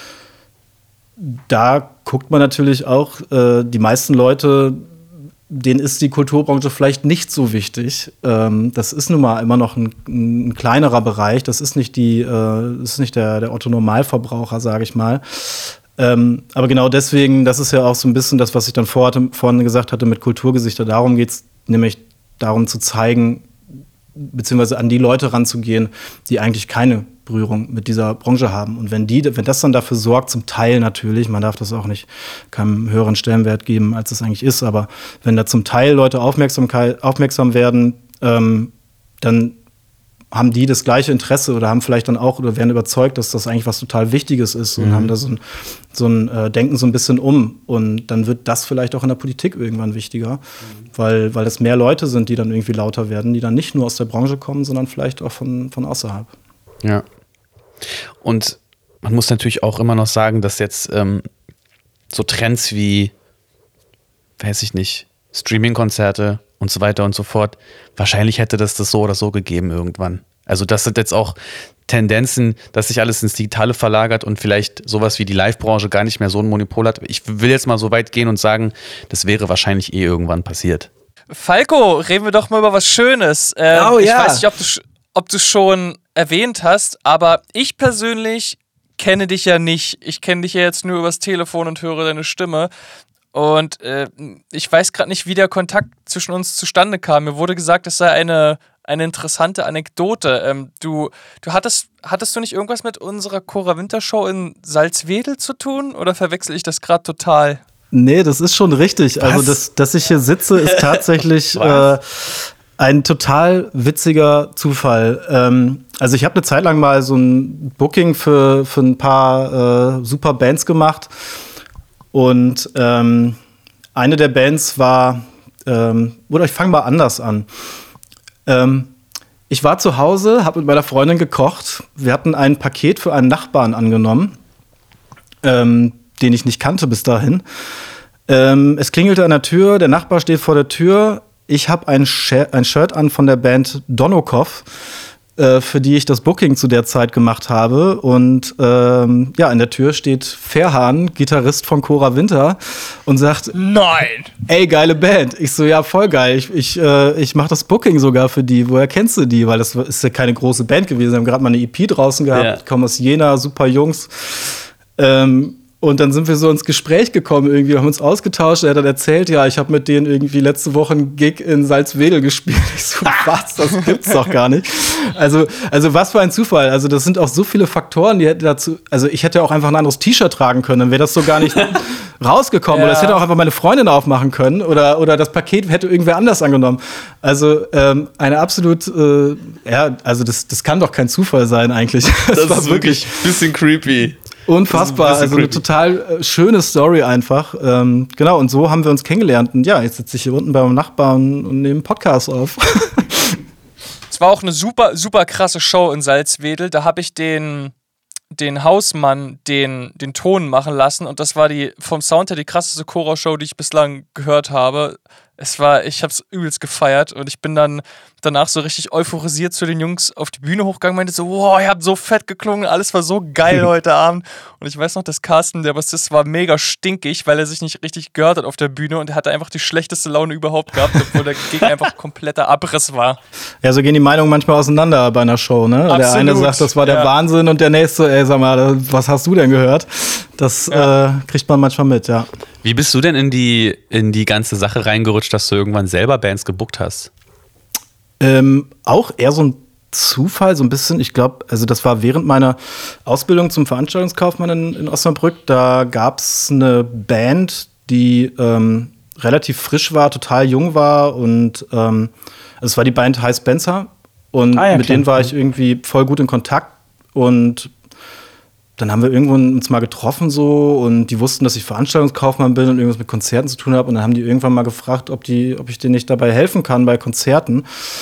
da guckt man natürlich auch, äh, die meisten Leute, denen ist die Kulturbranche vielleicht nicht so wichtig. Ähm, das ist nun mal immer noch ein, ein kleinerer Bereich. Das ist nicht, die, äh, das ist nicht der, der Otto-Normalverbraucher, sage ich mal. Ähm, aber genau deswegen, das ist ja auch so ein bisschen das, was ich dann vor, vorhin gesagt hatte mit Kulturgesichter. Darum geht es nämlich darum zu zeigen, beziehungsweise an die Leute ranzugehen, die eigentlich keine Berührung mit dieser Branche haben. Und wenn die, wenn das dann dafür sorgt, zum Teil natürlich, man darf das auch nicht keinem höheren Stellenwert geben, als es eigentlich ist, aber wenn da zum Teil Leute Aufmerksamkeit, aufmerksam werden, ähm, dann haben die das gleiche Interesse oder haben vielleicht dann auch oder werden überzeugt, dass das eigentlich was total Wichtiges ist und mhm. haben da so ein, so ein äh, Denken so ein bisschen um. Und dann wird das vielleicht auch in der Politik irgendwann wichtiger, mhm. weil, weil es mehr Leute sind, die dann irgendwie lauter werden, die dann nicht nur aus der Branche kommen, sondern vielleicht auch von, von außerhalb. Ja. Und man muss natürlich auch immer noch sagen, dass jetzt ähm, so Trends wie, weiß ich nicht, Streaming-Konzerte und so weiter und so fort, wahrscheinlich hätte das das so oder so gegeben irgendwann. Also das sind jetzt auch Tendenzen, dass sich alles ins Digitale verlagert und vielleicht sowas wie die Live-Branche gar nicht mehr so ein Monopol hat. Ich will jetzt mal so weit gehen und sagen, das wäre wahrscheinlich eh irgendwann passiert. Falco, reden wir doch mal über was Schönes. Ähm, oh, ich ja. weiß nicht, ob du, ob du schon erwähnt hast, aber ich persönlich kenne dich ja nicht. Ich kenne dich ja jetzt nur übers Telefon und höre deine Stimme. Und äh, ich weiß gerade nicht, wie der Kontakt zwischen uns zustande kam. Mir wurde gesagt, es sei eine, eine interessante Anekdote. Ähm, du du hattest, hattest du nicht irgendwas mit unserer Cora Wintershow in Salzwedel zu tun? Oder verwechsel ich das gerade total? Nee, das ist schon richtig. Was? Also, das, dass ich hier sitze, ist tatsächlich äh, ein total witziger Zufall. Ähm, also ich habe eine Zeit lang mal so ein Booking für, für ein paar äh, super Bands gemacht. Und ähm, eine der Bands war, ähm, oder ich fange mal anders an. Ähm, ich war zu Hause, habe mit meiner Freundin gekocht. Wir hatten ein Paket für einen Nachbarn angenommen, ähm, den ich nicht kannte bis dahin. Ähm, es klingelte an der Tür, der Nachbar steht vor der Tür. Ich habe ein, Sh- ein Shirt an von der Band Donokov, äh, für die ich das Booking zu der Zeit gemacht habe. Und ähm, ja, in der Tür steht Ferhan, Gitarrist von Cora Winter, und sagt: Nein! Ey, geile Band. Ich so, ja, voll geil. Ich, ich, äh, ich mache das Booking sogar für die. Woher kennst du die? Weil das ist ja keine große Band gewesen. Wir haben gerade mal eine E P draußen gehabt, yeah. kommen aus Jena, super Jungs. Ähm, Und dann sind wir so ins Gespräch gekommen irgendwie, haben uns ausgetauscht. Er hat dann erzählt, ja, ich habe mit denen irgendwie letzte Woche einen Gig in Salzwedel gespielt. Ich so, was? Das gibt's doch gar nicht. Also, also was für ein Zufall. Also das sind auch so viele Faktoren, die hätte dazu, also ich hätte auch einfach ein anderes T-Shirt tragen können, dann wäre das so gar nicht rausgekommen. Ja. Oder es hätte auch einfach meine Freundin aufmachen können oder, oder das Paket hätte irgendwer anders angenommen. Also ähm, eine absolut, äh, ja, also das, das kann doch kein Zufall sein eigentlich. Das, das war ist wirklich ein bisschen creepy. Unfassbar, ein also eine total äh, schöne Story einfach. Ähm, genau, und so haben wir uns kennengelernt. Und ja, jetzt sitze ich hier unten beim Nachbarn und nehme einen Podcast auf. Es war auch eine super, super krasse Show in Salzwedel. Da habe ich den, den Hausmann den, den Ton machen lassen. Und das war die vom Sound her die krasseste Cora-Show, die ich bislang gehört habe. Es war, ich hab's übelst gefeiert und ich bin dann danach so richtig euphorisiert zu den Jungs auf die Bühne hochgegangen, meinte so, wow, ihr habt so fett geklungen, alles war so geil heute Abend. Und ich weiß noch, dass Carsten, der Bassist, war mega stinkig, weil er sich nicht richtig gehört hat auf der Bühne und er hatte einfach die schlechteste Laune überhaupt gehabt, obwohl der Gig einfach kompletter Abriss war. Ja, so gehen die Meinungen manchmal auseinander bei einer Show, ne? Absolut. Der eine sagt, das war der Ja. Wahnsinn und der nächste, ey, sag mal, was hast du denn gehört? Das Ja. äh, kriegt man manchmal mit, ja. Wie bist du denn in die, in die ganze Sache reingerutscht, dass du irgendwann selber Bands gebuckt hast? Ähm, auch eher so ein Zufall, so ein bisschen. Ich glaube, also das war während meiner Ausbildung zum Veranstaltungskaufmann in, in Osnabrück. Da gab es eine Band, die ähm, relativ frisch war, total jung war. Und ähm, es war die Band High Spencer. Und Ah, ja, mit klar. denen war ich irgendwie voll gut in Kontakt. Und dann haben wir irgendwann uns mal getroffen so und die wussten, dass ich Veranstaltungskaufmann bin und irgendwas mit Konzerten zu tun habe. Und dann haben die irgendwann mal gefragt, ob, die, ob ich denen nicht dabei helfen kann bei Konzerten.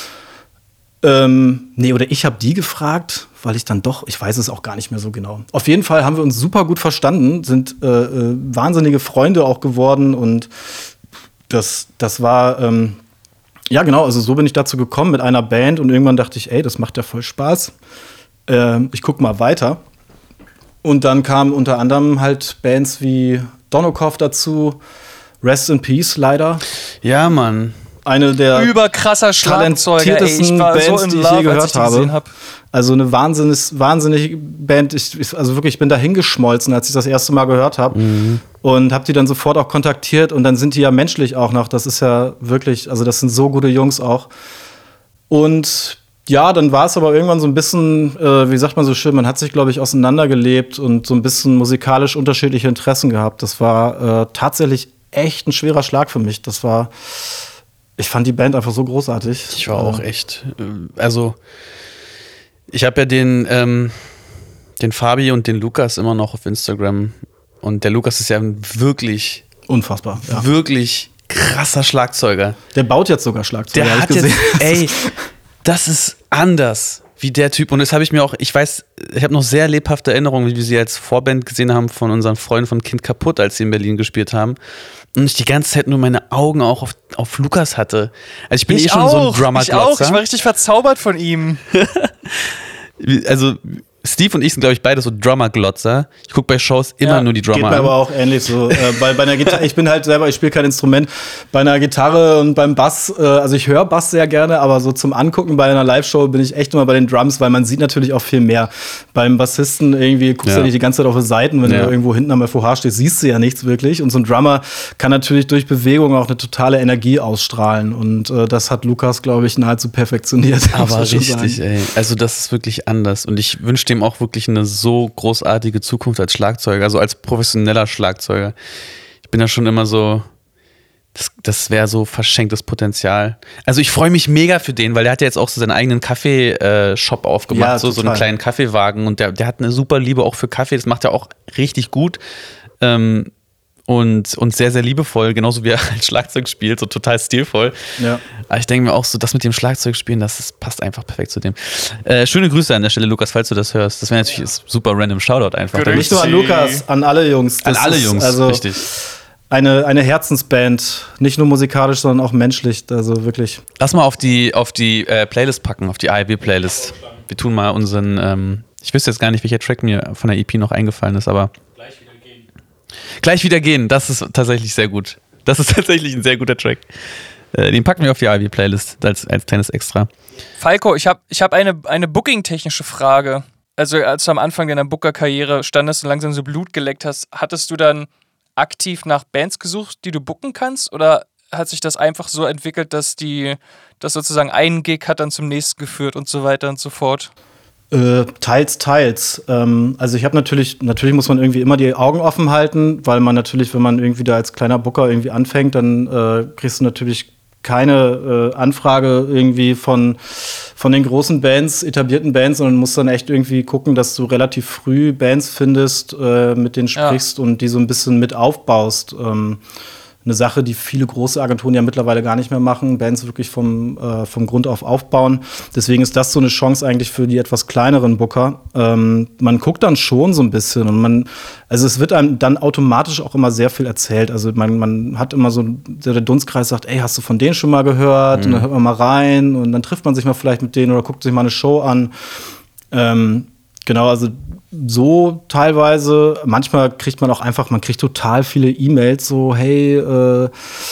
Ähm, nee, oder ich habe die gefragt, weil ich dann doch, ich weiß es auch gar nicht mehr so genau. Auf jeden Fall haben wir uns super gut verstanden, sind äh, äh, wahnsinnige Freunde auch geworden und das, das war, ähm, ja genau, also so bin ich dazu gekommen mit einer Band und irgendwann dachte ich, ey, das macht ja voll Spaß. Ähm, ich guck mal weiter. Und dann kamen unter anderem halt Bands wie Donokov dazu, Rest in Peace leider. Ja, Mann. Eine der Überkrasser Schlagzeuger, ey. Ich talentiertesten war so Bands, in die ich love, je als gehört ich die habe. gesehen hab. Also eine wahnsinnig, wahnsinnige Band. Ich, ich, also wirklich, ich bin da hingeschmolzen, als ich das erste Mal gehört habe. Mhm. Und habe die dann sofort auch kontaktiert. Und dann sind die ja menschlich auch noch. Das ist ja wirklich, also das sind so gute Jungs auch. Und ja, dann war es aber irgendwann so ein bisschen, äh, wie sagt man so schön, man hat sich, glaube ich, auseinandergelebt und so ein bisschen musikalisch unterschiedliche Interessen gehabt. Das war äh, tatsächlich echt ein schwerer Schlag für mich. Das war, ich fand die Band einfach so großartig. Ich war auch echt, äh, also ich habe ja den, ähm, den Fabi und den Lukas immer noch auf Instagram und der Lukas ist ja ein wirklich, Unfassbar. Ja. wirklich krasser Schlagzeuger. Der baut jetzt sogar Schlagzeug. Der hab hat ich gesehen. jetzt, ey, das ist anders wie der Typ. Und das habe ich mir auch, ich weiß, ich habe noch sehr lebhafte Erinnerungen, wie wir sie als Vorband gesehen haben von unseren Freunden von Kind kaputt, als sie in Berlin gespielt haben. Und ich die ganze Zeit nur meine Augen auch auf, auf Lukas hatte. Also ich bin Ich eh schon auch, so ein drummer ich auch. Ich war richtig verzaubert von ihm. Also Steve und ich sind, glaube ich, beide so Drummer-Glotzer. Ich gucke bei Shows immer Ja, nur die Drummer Geht mir an. aber auch ähnlich so. äh, bei, bei einer Gitarre, ich bin halt selber, ich spiele kein Instrument. Bei einer Gitarre und beim Bass, äh, also ich höre Bass sehr gerne, aber so zum Angucken bei einer Live-Show bin ich echt immer bei den Drums, weil man sieht natürlich auch viel mehr. Beim Bassisten irgendwie guckst du Ja. ja nicht die ganze Zeit auf die Seiten, wenn Ja. du irgendwo hinten am F O H stehst, siehst du ja nichts wirklich. Und so ein Drummer kann natürlich durch Bewegung auch eine totale Energie ausstrahlen. Und äh, das hat Lukas, glaube ich, nahezu perfektioniert. muss Aber man schon richtig, sagen. ey. Also das ist wirklich anders. Und ich wünsche dem auch wirklich eine so großartige Zukunft als Schlagzeuger, also als professioneller Schlagzeuger. Ich bin da schon immer so, das, das wäre so verschenktes Potenzial. Also ich freue mich mega für den, weil der hat ja jetzt auch so seinen eigenen Kaffee-Shop aufgemacht, Ja, so, so einen total. kleinen Kaffeewagen. Und der, der hat eine super Liebe auch für Kaffee, das macht er auch richtig gut. Ähm, Und, und sehr, sehr liebevoll, genauso wie er halt Schlagzeug spielt, so total stilvoll. Ja. Aber ich denke mir auch so, das mit dem Schlagzeug spielen, das ist, passt einfach perfekt zu dem. Äh, schöne Grüße an der Stelle, Lukas, falls du das hörst. Das wäre natürlich ein super random Shoutout einfach. Grüß Nicht nur an Lukas, an alle Jungs. An Das alle ist Jungs, also richtig. Eine, eine Herzensband, nicht nur musikalisch, sondern auch menschlich. Also wirklich. Lass mal auf die, auf die äh, Playlist packen, auf die A R B-Playlist. Wir tun mal unseren, ähm, ich wüsste jetzt gar nicht, welcher Track mir von der E P noch eingefallen ist, aber Gleich wieder gehen. Gleich wieder gehen, das ist tatsächlich sehr gut. Das ist tatsächlich ein sehr guter Track. Äh, den packen wir auf die A R B-Playlist als, als kleines Extra. Falco, ich habe ich hab eine, eine Booking-technische Frage. Also als du am Anfang deiner Booker-Karriere standest und langsam so Blut geleckt hast, hattest du dann aktiv nach Bands gesucht, die du booken kannst? Oder hat sich das einfach so entwickelt, dass die, dass sozusagen ein Gig hat dann zum nächsten geführt und so weiter und so fort? Äh, teils, teils. Ähm, also ich habe natürlich, natürlich muss man irgendwie immer die Augen offen halten, weil man natürlich, wenn man irgendwie da als kleiner Booker irgendwie anfängt, dann äh, kriegst du natürlich keine äh, Anfrage irgendwie von, von den großen Bands, etablierten Bands, sondern musst dann echt irgendwie gucken, dass du relativ früh Bands findest, äh, mit denen Ja. sprichst und die so ein bisschen mit aufbaust. Ähm, eine Sache, die viele große Agenturen ja mittlerweile gar nicht mehr machen, Bands wirklich vom, äh, vom Grund auf aufbauen. Deswegen ist das so eine Chance eigentlich für die etwas kleineren Booker. Ähm, man guckt dann schon so ein bisschen und man, also es wird einem dann automatisch auch immer sehr viel erzählt. Also man, man hat immer so, der Dunstkreis sagt, ey, hast du von denen schon mal gehört? Mhm. Und dann hört man mal rein und dann trifft man sich mal vielleicht mit denen oder guckt sich mal eine Show an. Ähm, genau, also so teilweise, manchmal kriegt man auch einfach, man kriegt total viele E-Mails, so, hey, äh,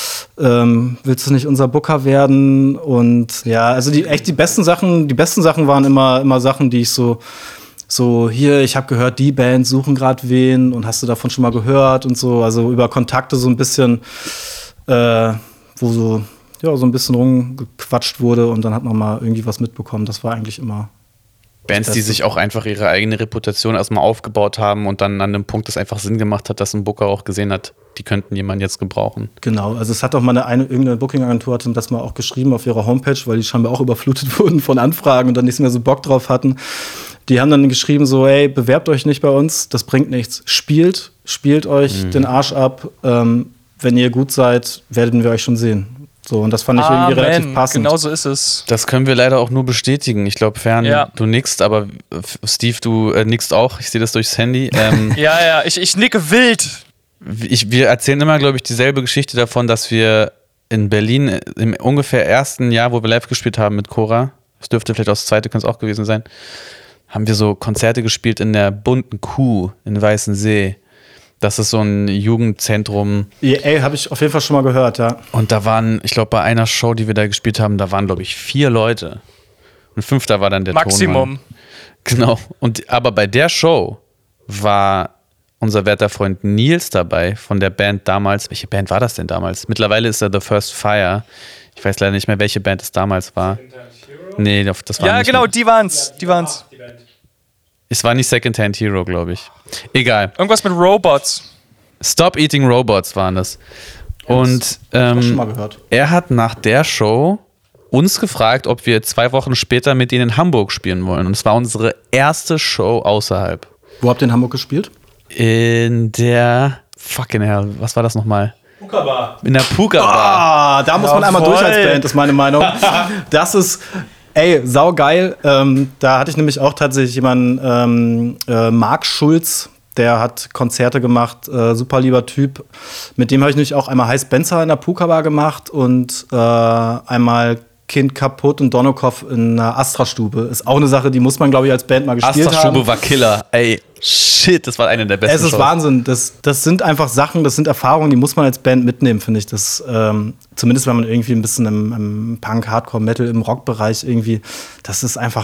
ähm, willst du nicht unser Booker werden? Und ja, also die echt die besten Sachen, die besten Sachen waren immer, immer Sachen, die ich so, so, hier, ich habe gehört, die Bands suchen gerade wen und hast du davon schon mal gehört und so, also über Kontakte so ein bisschen, äh, wo so, ja, so ein bisschen rumgequatscht wurde und dann hat man mal irgendwie was mitbekommen. Das war eigentlich immer Bands, die sich auch einfach ihre eigene Reputation erstmal aufgebaut haben und dann an dem Punkt, das einfach Sinn gemacht hat, dass ein Booker auch gesehen hat, die könnten jemanden jetzt gebrauchen. Genau, also es hat auch mal eine, eine irgendeine Booking-Agentur hatte das mal auch geschrieben auf ihrer Homepage, weil die scheinbar auch überflutet wurden von Anfragen und dann nicht mehr so Bock drauf hatten. Die haben dann geschrieben so, ey, bewerbt euch nicht bei uns, das bringt nichts. Spielt, spielt euch mhm. den Arsch ab. Ähm, wenn ihr gut seid, werden wir euch schon sehen. So, und das fand ich Amen. irgendwie relativ passend. Genau so ist es. Das können wir leider auch nur bestätigen. Ich glaube, Fern, ja. du nickst, aber Steve, du äh, nickst auch. Ich sehe das durchs Handy. Ähm, ja, ja, ich, ich nicke wild. Ich, wir erzählen immer, glaube ich, dieselbe Geschichte davon, dass wir in Berlin im ungefähr ersten Jahr, wo wir live gespielt haben mit Cora, das dürfte vielleicht auch das zweite, könnte es auch gewesen sein, haben wir so Konzerte gespielt in der Bunten Kuh in Weißensee. Das ist so ein Jugendzentrum. Ja, ey, habe ich auf jeden Fall schon mal gehört, ja. Und da waren, ich glaube, bei einer Show, die wir da gespielt haben, da waren, glaube ich, vier Leute. Und fünfter war dann der Maximum. Tonmann. Genau. Und, aber bei der Show war unser werter Freund Nils dabei von der Band damals. Welche Band war das denn damals? Mittlerweile ist er The First Fire. Ich weiß leider nicht mehr, welche Band es damals war. Nee, das war ja, nicht genau, mehr. die waren's. Die waren's. Es war nicht Secondhand Hero, glaube ich. Egal. Irgendwas mit Robots. Stop Eating Robots waren das. Ja, und das ähm, schon mal gehört. Er hat nach der Show uns gefragt, ob wir zwei Wochen später mit ihnen in Hamburg spielen wollen. Und es war unsere erste Show außerhalb. Wo habt ihr in Hamburg gespielt? In der fucking hell, was war das nochmal? Puka Bar. In der Puka Bar. Ah, da muss ja, man einmal voll. durch als Band, ist meine Meinung. Das ist, ey, saugeil. Ähm, da hatte ich nämlich auch tatsächlich jemanden, ähm, äh, Marc Schulz, der hat Konzerte gemacht, äh, super lieber Typ. Mit dem habe ich nämlich auch einmal Heiß Benzer in der Puka Bar gemacht und äh, einmal Kind kaputt und Donokov in einer Astra-Stube. Ist auch eine Sache, die muss man, glaube ich, als Band mal gespielt haben. Astra-Stube war Killer. Ey, shit, das war eine der besten Es ist Shows. Wahnsinn. Das, das sind einfach Sachen, das sind Erfahrungen, die muss man als Band mitnehmen, finde ich. Das, ähm, zumindest wenn man irgendwie ein bisschen im, im Punk, Hardcore, Metal, im Rockbereich irgendwie, das ist einfach,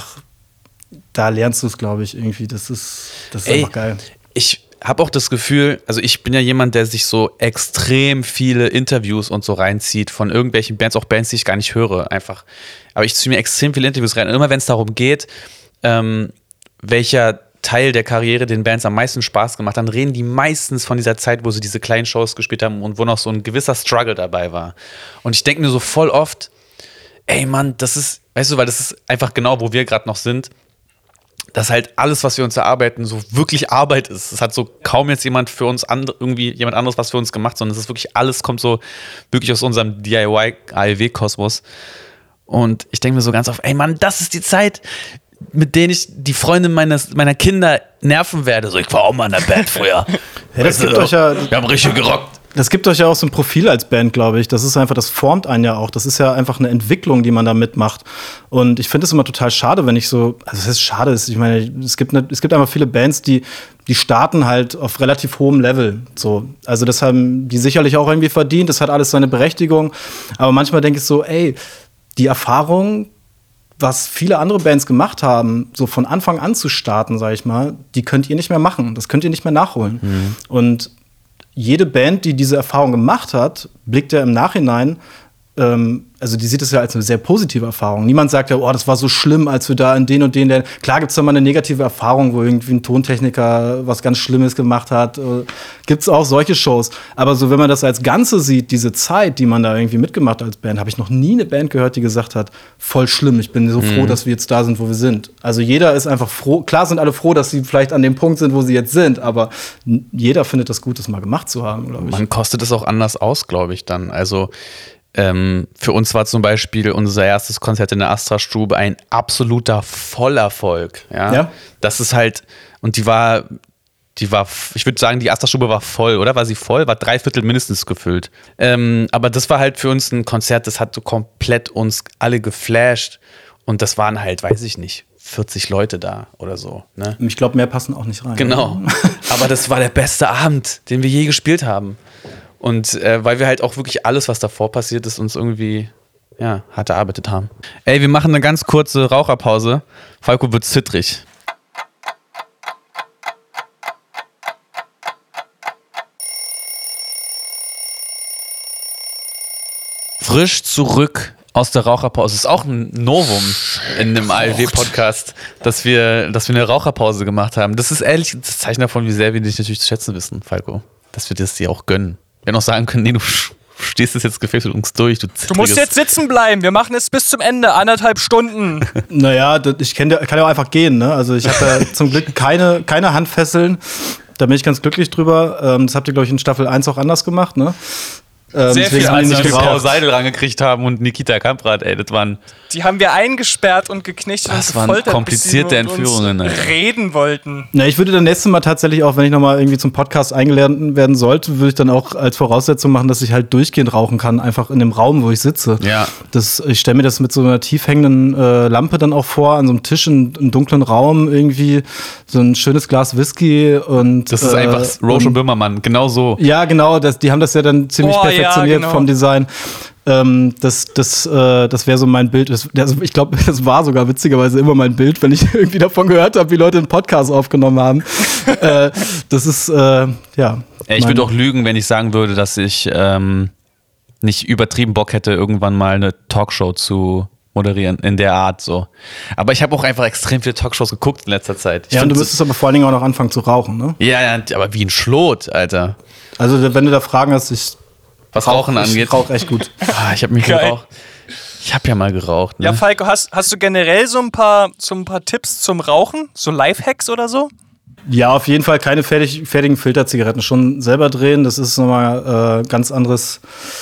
da lernst du es, glaube ich, irgendwie. Das ist, das ist Ey, einfach geil. Ich habe auch das Gefühl, also ich bin ja jemand, der sich so extrem viele Interviews und so reinzieht von irgendwelchen Bands, auch Bands, die ich gar nicht höre, einfach. Aber ich ziehe mir extrem viele Interviews rein. Und immer wenn es darum geht, ähm, welcher Teil der Karriere den Bands am meisten Spaß gemacht, dann reden die meistens von dieser Zeit, wo sie diese kleinen Shows gespielt haben und wo noch so ein gewisser Struggle dabei war. Und ich denke mir so voll oft, ey Mann, das ist, weißt du, weil das ist einfach genau, wo wir gerade noch sind, dass halt alles, was wir uns erarbeiten, so wirklich Arbeit ist. Es hat so kaum jetzt jemand für uns, and- irgendwie jemand anderes was für uns gemacht, sondern es ist wirklich, alles kommt so wirklich aus unserem D I Y-A E W-Kosmos. Und ich denke mir so ganz oft, ey Mann, das ist die Zeit, mit denen ich die Freunde meines, meiner Kinder nerven werde. So, ich war auch mal in der Band früher. Ja, das gibt euch ja, wir haben richtig gerockt. das gibt euch ja auch so ein Profil als Band, glaube ich. Das ist einfach, das formt einen ja auch. Das ist ja einfach eine Entwicklung, die man da mitmacht. Und ich finde es immer total schade, wenn ich so, also es ist schade, ich meine, es gibt, ne, es gibt einfach viele Bands, die, die starten halt auf relativ hohem Level. So. Also das haben die sicherlich auch irgendwie verdient, das hat alles seine Berechtigung. Aber manchmal denke ich so, ey, die Erfahrung, was viele andere Bands gemacht haben, so von Anfang an zu starten, sag ich mal, die könnt ihr nicht mehr machen. Das könnt ihr nicht mehr nachholen. Mhm. Und jede Band, die diese Erfahrung gemacht hat, blickt ja im Nachhinein ähm, also die sieht es ja als eine sehr positive Erfahrung. Niemand sagt ja, oh, das war so schlimm, als wir da in den und den, der klar gibt's da mal eine negative Erfahrung, wo irgendwie ein Tontechniker was ganz Schlimmes gemacht hat. Äh, gibt's auch solche Shows. Aber so, wenn man das als Ganze sieht, diese Zeit, die man da irgendwie mitgemacht hat als Band, habe ich noch nie eine Band gehört, die gesagt hat, voll schlimm, ich bin so froh, Mhm. dass wir jetzt da sind, wo wir sind. Also jeder ist einfach froh, klar sind alle froh, dass sie vielleicht an dem Punkt sind, wo sie jetzt sind, aber n- jeder findet das gut, das mal gemacht zu haben, glaube ich. Man kostet es auch anders aus, glaube ich, dann. Also ähm, für uns war zum Beispiel unser erstes Konzert in der Astra-Stube ein absoluter Vollerfolg. Ja? Ja. Das ist halt, und die war, die war, ich würde sagen, die Astra-Stube war voll, oder? War sie voll? War drei Viertel mindestens gefüllt. Ähm, aber das war halt für uns ein Konzert, das hat so komplett uns alle geflasht. Und das waren halt, weiß ich nicht, vierzig Leute da oder so. Ne? Ich glaube, mehr passen auch nicht rein. Genau. Aber das war der beste Abend, den wir je gespielt haben. Und äh, weil wir halt auch wirklich alles, was davor passiert ist, uns irgendwie ja, hart erarbeitet haben. Ey, wir machen eine ganz kurze Raucherpause. Falco wird zittrig. Frisch zurück aus der Raucherpause. Das ist auch ein Novum in dem A L W-Podcast, dass wir, dass wir eine Raucherpause gemacht haben. Das ist ehrlich das Zeichen davon, wie sehr wir dich natürlich zu schätzen wissen, Falco. Dass wir das dir auch gönnen. Wir noch sagen können, nee, du stehst es jetzt gefällt mit uns durch. Du, Du musst jetzt sitzen bleiben. Wir machen es bis zum Ende. Anderthalb Stunden. Naja, das- ich kenn, kann ja auch einfach gehen. Ne? Also ich habe ja zum Glück keine, keine Handfesseln. Da bin ich ganz glücklich drüber. Ähm, das habt ihr, glaube ich, in Staffel eins auch anders gemacht. Ne? Ähm, Sehr deswegen viel haben die anders. nicht Paul gebraucht. Seidel rangekriegt haben und Nikita Kamprad, ey, das waren Die haben wir eingesperrt und geknechtet Das und waren gefoltert, komplizierte bis sie mit uns Entführungen, Alter. reden wollten. Ja, ich würde dann nächstes Mal tatsächlich auch, wenn ich nochmal irgendwie zum Podcast eingeladen werden sollte, würde ich dann auch als Voraussetzung machen, dass ich halt durchgehend rauchen kann, einfach in dem Raum, wo ich sitze. Ja. Das, ich stelle mir das mit so einer tief hängenden äh, Lampe dann auch vor, an so einem Tisch in einem dunklen Raum irgendwie, so ein schönes Glas Whisky und Das ist äh, einfach Roche und und- Böhmermann, genau so. Ja, genau, das, die haben das ja dann ziemlich Oh, ja, perfektioniert genau. vom Design. Ähm, das das, äh, das wäre so mein Bild. Das, das, ich glaube, das war sogar witzigerweise immer mein Bild, wenn ich irgendwie davon gehört habe, wie Leute einen Podcast aufgenommen haben. äh, das ist, äh, ja. Ich mein- würde auch lügen, wenn ich sagen würde, dass ich ähm, nicht übertrieben Bock hätte, irgendwann mal eine Talkshow zu moderieren, in der Art so. Aber ich habe auch einfach extrem viele Talkshows geguckt in letzter Zeit. Ich Ja, und find du das- müsstest aber vor allen Dingen auch noch anfangen zu rauchen, ne? ja, ja, aber wie ein Schlot, Alter. Also, wenn du da Fragen hast, ich Was Rauchen angeht. Ich rauche echt gut. Ah, ich habe mich Geil. geraucht. Ich habe ja mal geraucht. Ne? Ja, Falco, hast, hast du generell so ein paar, so ein paar Tipps zum Rauchen? So Lifehacks oder so? Ja, auf jeden Fall keine fertig, fertigen Filterzigaretten. Schon selber drehen, das ist nochmal äh, ganz anderes,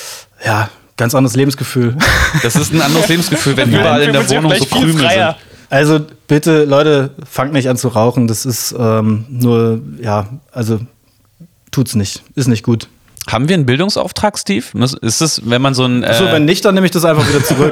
ja, ganz anderes Lebensgefühl. Das ist ein anderes Lebensgefühl, wenn Fühlen- überall in fühlen der wir uns Wohnung so gleich viel Krümel freier. sind. Also bitte, Leute, fangt nicht an zu rauchen. Das ist ähm, nur, ja, also tut's nicht. Ist nicht gut. Haben wir einen Bildungsauftrag, Steve? Muss- Ist es, wenn man so ein. Äh, So, wenn nicht, dann nehme ich das einfach wieder zurück.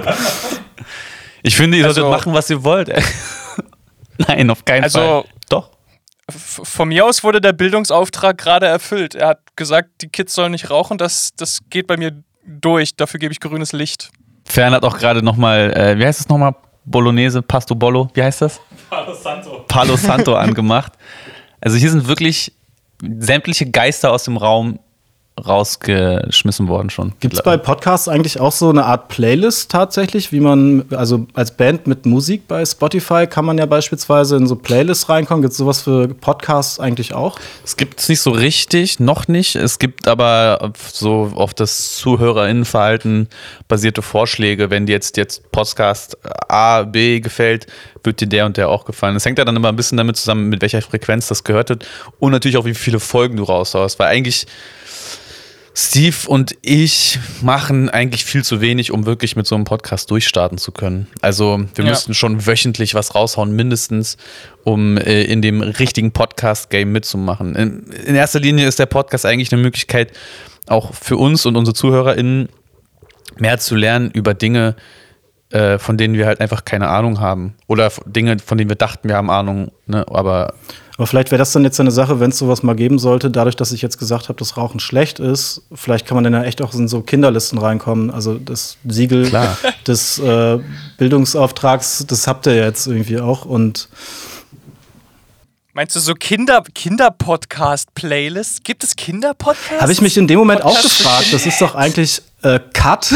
ich finde, ihr Also- solltet machen, was ihr wollt. ey. Nein, auf keinen Also- Fall. Doch. F- Von mir aus wurde der Bildungsauftrag gerade erfüllt. Er hat gesagt, die Kids sollen nicht rauchen. Das, das geht bei mir durch. Dafür gebe ich grünes Licht. Fern hat auch gerade nochmal, äh, wie heißt es nochmal? Bolognese, Pasto Bollo, wie heißt das? Palo Santo. Palo Santo angemacht. Also hier sind wirklich sämtliche Geister aus dem Raum rausgeschmissen worden schon. Gibt es bei Podcasts eigentlich auch so eine Art Playlist tatsächlich, wie man, also als Band mit Musik bei Spotify kann man ja beispielsweise in so Playlists reinkommen. Gibt es sowas für Podcasts eigentlich auch? Es gibt es nicht so richtig, noch nicht. Es gibt aber so auf das ZuhörerInnenverhalten basierte Vorschläge. Wenn dir jetzt, jetzt Podcast A, B gefällt, wird dir der und der auch gefallen. Das hängt ja dann immer ein bisschen damit zusammen, mit welcher Frequenz das gehört wird und natürlich auch, wie viele Folgen du raushaust. Weil eigentlich Steve und ich machen eigentlich viel zu wenig, um wirklich mit so einem Podcast durchstarten zu können. Also wir Ja. müssten schon wöchentlich was raushauen, mindestens, um äh, in dem richtigen Podcast-Game mitzumachen. In, in erster Linie ist der Podcast eigentlich eine Möglichkeit, auch für uns und unsere ZuhörerInnen mehr zu lernen über Dinge, äh, von denen wir halt einfach keine Ahnung haben. Oder Dinge, von denen wir dachten, wir haben Ahnung, ne? Aber Aber vielleicht wäre das dann jetzt eine Sache, wenn es sowas mal geben sollte, dadurch, dass ich jetzt gesagt habe, dass Rauchen schlecht ist, vielleicht kann man dann ja echt auch in so Kinderlisten reinkommen. Also das Siegel Klar. des äh, Bildungsauftrags, das habt ihr jetzt irgendwie auch. Und Meinst du so Kinder, Kinder-Podcast-Playlists? Gibt es Kinder-Podcasts? Habe ich mich in dem Moment Podcast auch gefragt. Das ist doch eigentlich äh, Cut.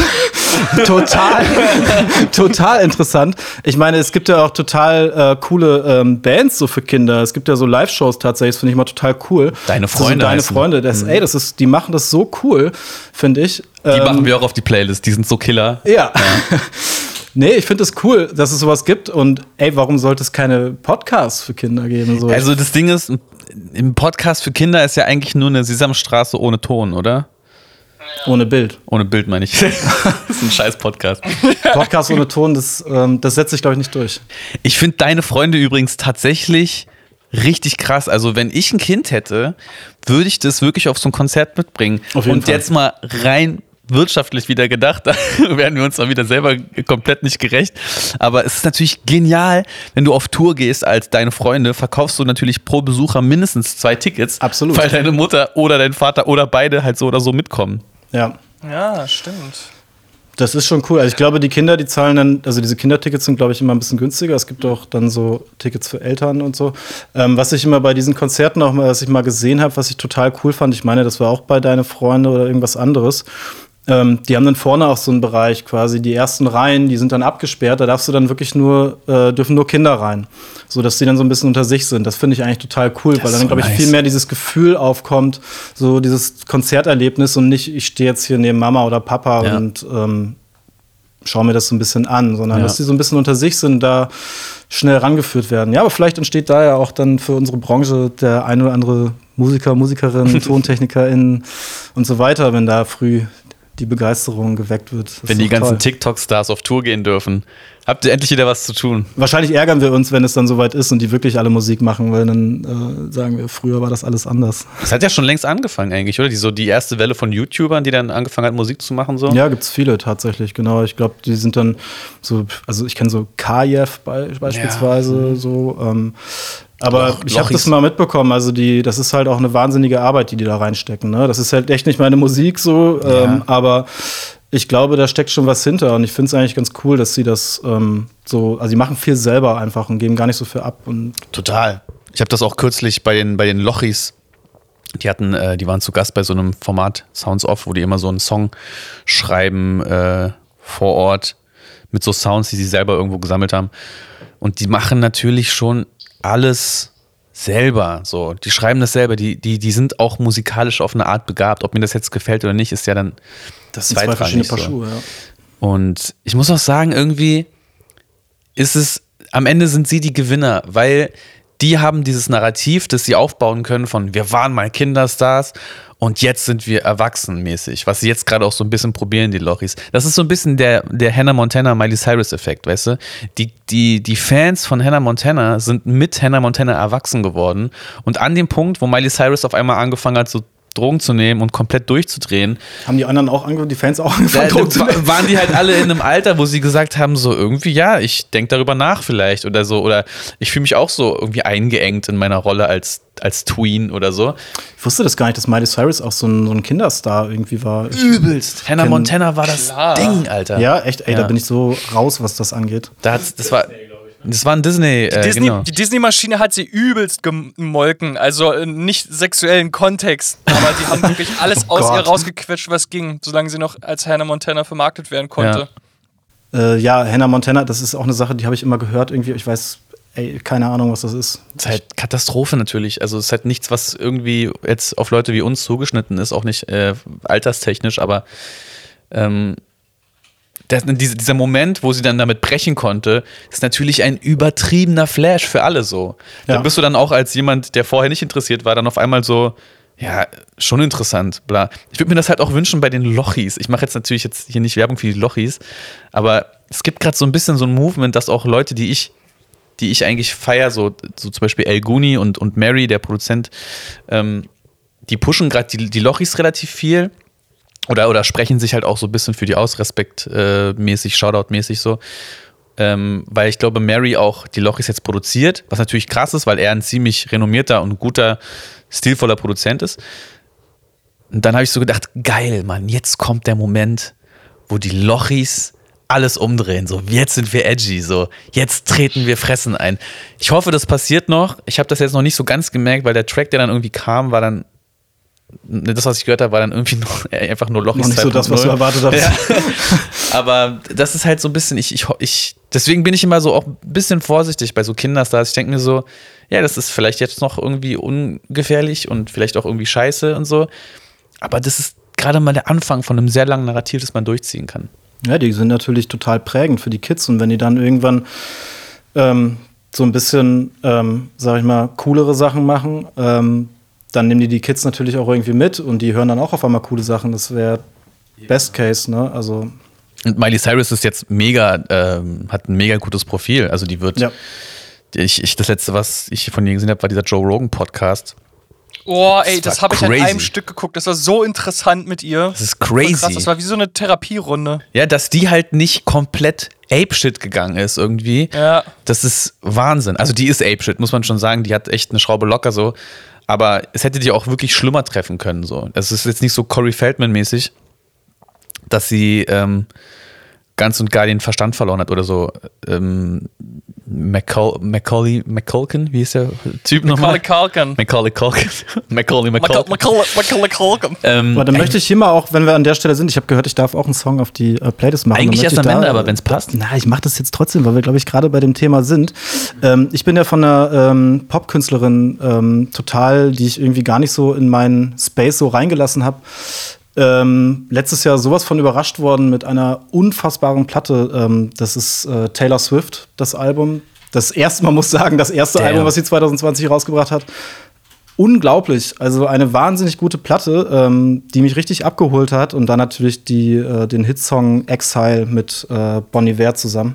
total, total interessant. Ich meine, es gibt ja auch total äh, coole ähm, Bands so für Kinder. Es gibt ja so Live-Shows tatsächlich, das finde ich mal total cool. Deine Freunde. So, deine heißen. Freunde. Das, Mhm. Ey, das ist, die machen das so cool, finde ich. Die ähm, machen wir auch auf die Playlist, die sind so Killer. Ja. ja. Nee, ich finde es das cool, dass es sowas gibt. Und ey, warum sollte es keine Podcasts für Kinder geben? So? Also das Ding ist, im Podcast für Kinder ist ja eigentlich nur eine Sesamstraße ohne Ton, oder? Ohne Bild. Ohne Bild meine ich. Das ist ein scheiß Podcast. Podcast ohne Ton, das, ähm, das setzt sich, glaube ich, nicht durch. Ich finde deine Freunde übrigens tatsächlich richtig krass. Also wenn ich ein Kind hätte, würde ich das wirklich auf so ein Konzert mitbringen. Auf jeden Und Fall. jetzt mal rein wirtschaftlich wieder gedacht, da werden wir uns dann wieder selber komplett nicht gerecht. Aber es ist natürlich genial, wenn du auf Tour gehst als deine Freunde, verkaufst du natürlich pro Besucher mindestens zwei Tickets. Absolut. Weil deine Mutter oder dein Vater oder beide halt so oder so mitkommen. Ja. Ja, stimmt. Das ist schon cool. Also ich glaube, die Kinder, die zahlen dann, also diese Kindertickets sind, glaube ich, immer ein bisschen günstiger. Es gibt auch dann so Tickets für Eltern und so. Ähm, was ich immer bei diesen Konzerten auch mal, was ich mal gesehen habe, was ich total cool fand, ich meine, das war auch bei Deine Freunde oder irgendwas anderes. Ähm, die haben dann vorne auch so einen Bereich quasi, die ersten Reihen, die sind dann abgesperrt, da darfst du dann wirklich nur, äh, dürfen nur Kinder rein, so dass die dann so ein bisschen unter sich sind. Das finde ich eigentlich total cool, Das weil dann, ist so glaube ich, nice. viel mehr dieses Gefühl aufkommt, so dieses Konzerterlebnis und nicht, ich stehe jetzt hier neben Mama oder Papa Ja. und ähm, schaue mir das so ein bisschen an, sondern Ja. dass die so ein bisschen unter sich sind, da schnell rangeführt werden. Ja, aber vielleicht entsteht da ja auch dann für unsere Branche der ein oder andere Musiker, Musikerin, TontechnikerInnen und so weiter, wenn da früh die Begeisterung geweckt wird. Das Wenn ist die doch ganzen toll. TikTok-Stars auf Tour gehen dürfen, habt ihr endlich wieder was zu tun. Wahrscheinlich ärgern wir uns, wenn es dann soweit ist und die wirklich alle Musik machen, weil dann äh, sagen wir, früher war das alles anders. Das hat ja schon längst angefangen eigentlich, oder? Die, so die erste Welle von YouTubern, die dann angefangen hat, Musik zu machen. So. Ja, gibt's viele tatsächlich, genau. Ich glaube, die sind dann so, also ich kenne so Kajev be beispielsweise, so. Ähm, aber Loch- ich habe Lochis. das mal mitbekommen, also die, das ist halt auch eine wahnsinnige Arbeit, die die da reinstecken. Ne? Das ist halt echt nicht meine Musik so, Ja. ähm, aber ich glaube, da steckt schon was hinter und ich finde es eigentlich ganz cool, dass sie das ähm, so, also die machen viel selber einfach und geben gar nicht so viel ab. Und Total. Ich habe das auch kürzlich bei den, bei den Lochis, die hatten, äh, die waren zu Gast bei so einem Format Sounds Off, wo die immer so einen Song schreiben äh, vor Ort mit so Sounds, die sie selber irgendwo gesammelt haben. Und die machen natürlich schon alles selber. So, die schreiben das selber, die, die, die sind auch musikalisch auf eine Art begabt. Ob mir das jetzt gefällt oder nicht, ist ja dann das sind zwei verschiedene zweitrangig. Paar So. Schuhe, ja. Und ich muss auch sagen, irgendwie ist es, am Ende sind sie die Gewinner, weil die haben dieses Narrativ, das sie aufbauen können von wir waren mal Kinderstars und jetzt sind wir erwachsenmäßig, was sie jetzt gerade auch so ein bisschen probieren, die Lochis. Das ist so ein bisschen der, der Hannah Montana, Miley Cyrus Effekt, weißt du? Die, die, die Fans von Hannah Montana sind mit Hannah Montana erwachsen geworden und an dem Punkt, wo Miley Cyrus auf einmal angefangen hat, so Drogen zu nehmen und komplett durchzudrehen, Haben die anderen auch angefangen, die Fans auch da, angefangen, Drogen zu da nehmen? waren die halt alle in einem Alter, wo sie gesagt haben, so irgendwie, ja, ich denke darüber nach vielleicht oder so, oder ich fühle mich auch so irgendwie eingeengt in meiner Rolle als, als Tween oder so. Ich wusste das gar nicht, dass Miley Cyrus auch so ein, so ein Kinderstar irgendwie war. Ich, Übelst. Hannah kenn- Montana war das Klar. Ding, Alter. ja, echt, ey, Ja. da bin ich so raus, was das angeht. Da hat's, das war, das war ein Disney, äh, Disney, genau. Die Disney-Maschine hat sie übelst gemolken, also äh, nicht sexuellen Kontext, aber die haben wirklich alles Oh aus ihr Gott. rausgequetscht, was ging, solange sie noch als Hannah Montana vermarktet werden konnte. Äh, ja, Hannah Montana, das ist auch eine Sache, die habe ich immer gehört irgendwie. Ich weiß, ey, keine Ahnung, was das ist. Das ist halt Katastrophe natürlich. Also es ist halt nichts, was irgendwie jetzt auf Leute wie uns zugeschnitten ist, auch nicht äh, alterstechnisch, aber ähm, der, diese, dieser Moment, wo sie dann damit brechen konnte, ist natürlich ein übertriebener Flash für alle so. Ja. Da bist du dann auch als jemand, der vorher nicht interessiert war, dann auf einmal so, ja, schon interessant, bla. Ich würde mir das halt auch wünschen bei den Lochis. Ich mache jetzt natürlich jetzt hier nicht Werbung für die Lochis, aber es gibt gerade so ein bisschen so ein Movement, dass auch Leute, die ich die ich eigentlich feiere, so, so zum Beispiel El Guni und, und Mary, der Produzent, ähm, die pushen gerade die, die Lochis relativ viel oder, oder sprechen sich halt auch so ein bisschen für die aus, respektmäßig, Shoutout-mäßig so. Ähm, weil ich glaube, Mary auch die Lochis jetzt produziert, was natürlich krass ist, weil er ein ziemlich renommierter und guter, stilvoller Produzent ist. Und dann habe ich so gedacht, geil, Mann, jetzt kommt der Moment, wo die Lochis alles umdrehen. So, jetzt sind wir edgy. So, jetzt treten wir Fressen ein. Ich hoffe, das passiert noch. Ich habe das jetzt noch nicht so ganz gemerkt, weil der Track, der dann irgendwie kam, war dann, das, was ich gehört habe, war dann irgendwie noch, einfach nur Lochis Noch nicht so das, was du erwartet hast. Ja. Aber das ist halt so ein bisschen, ich, ich, ich, deswegen bin ich immer so auch ein bisschen vorsichtig bei so Kinderstars. Ich denke mir so, ja, das ist vielleicht jetzt noch irgendwie ungefährlich und vielleicht auch irgendwie scheiße und so. Aber das ist gerade mal der Anfang von einem sehr langen Narrativ, das man durchziehen kann. Ja, die sind natürlich total prägend für die Kids. Und wenn die dann irgendwann ähm, so ein bisschen, ähm, sag ich mal, coolere Sachen machen, ähm, dann nehmen die die Kids natürlich auch irgendwie mit und die hören dann auch auf einmal coole Sachen. Das wäre Best Case, ne? Also und Miley Cyrus ist jetzt mega, ähm, hat ein mega gutes Profil. Also die wird, ja. ich, ich, das letzte, was ich von ihr gesehen habe, war dieser Joe Rogan Podcast. Oh, ey, das, das habe ich an crazy. einem Stück geguckt. Das war so interessant mit ihr. Das ist crazy. Krass, das war wie so eine Therapierunde. Ja, dass die halt nicht komplett Apeshit gegangen ist irgendwie. Ja. Das ist Wahnsinn. Also die ist Apeshit, muss man schon sagen. Die hat echt eine Schraube locker so. Aber es hätte die auch wirklich schlimmer treffen können. So. Es ist jetzt nicht so Corey Feldman-mäßig, dass sie ähm, ganz und gar den Verstand verloren hat oder so. Ähm, Macaul- Macaulay Macaulkin, wie ist der Typ nochmal? Macaulay Culkin. Macaulay Culkin. Macaulay Macaulay. Macaulay Macaulay Culkin. Ähm, Aber dann möchte ich hier mal auch, wenn wir an der Stelle sind, ich habe gehört, ich darf auch einen Song auf die äh, Playlist machen. Eigentlich Dann erst möchte am ich Ende, da, aber wenn's passt. Na, ich mache das jetzt trotzdem, weil wir, glaube ich, gerade bei dem Thema sind. Ähm, ich bin ja von einer ähm, Popkünstlerin ähm, total, die ich irgendwie gar nicht so in meinen Space so reingelassen habe. Ähm, letztes Jahr sowas von überrascht worden mit einer unfassbaren Platte. Ähm, das ist äh, Taylor Swift, das Album. Das erste, man muss sagen, das erste Damn. Album, was sie zwanzig zwanzig rausgebracht hat. Unglaublich. Also eine wahnsinnig gute Platte, ähm, die mich richtig abgeholt hat. Und dann natürlich die, äh, den Hitsong Exile mit äh, Bon Iver zusammen.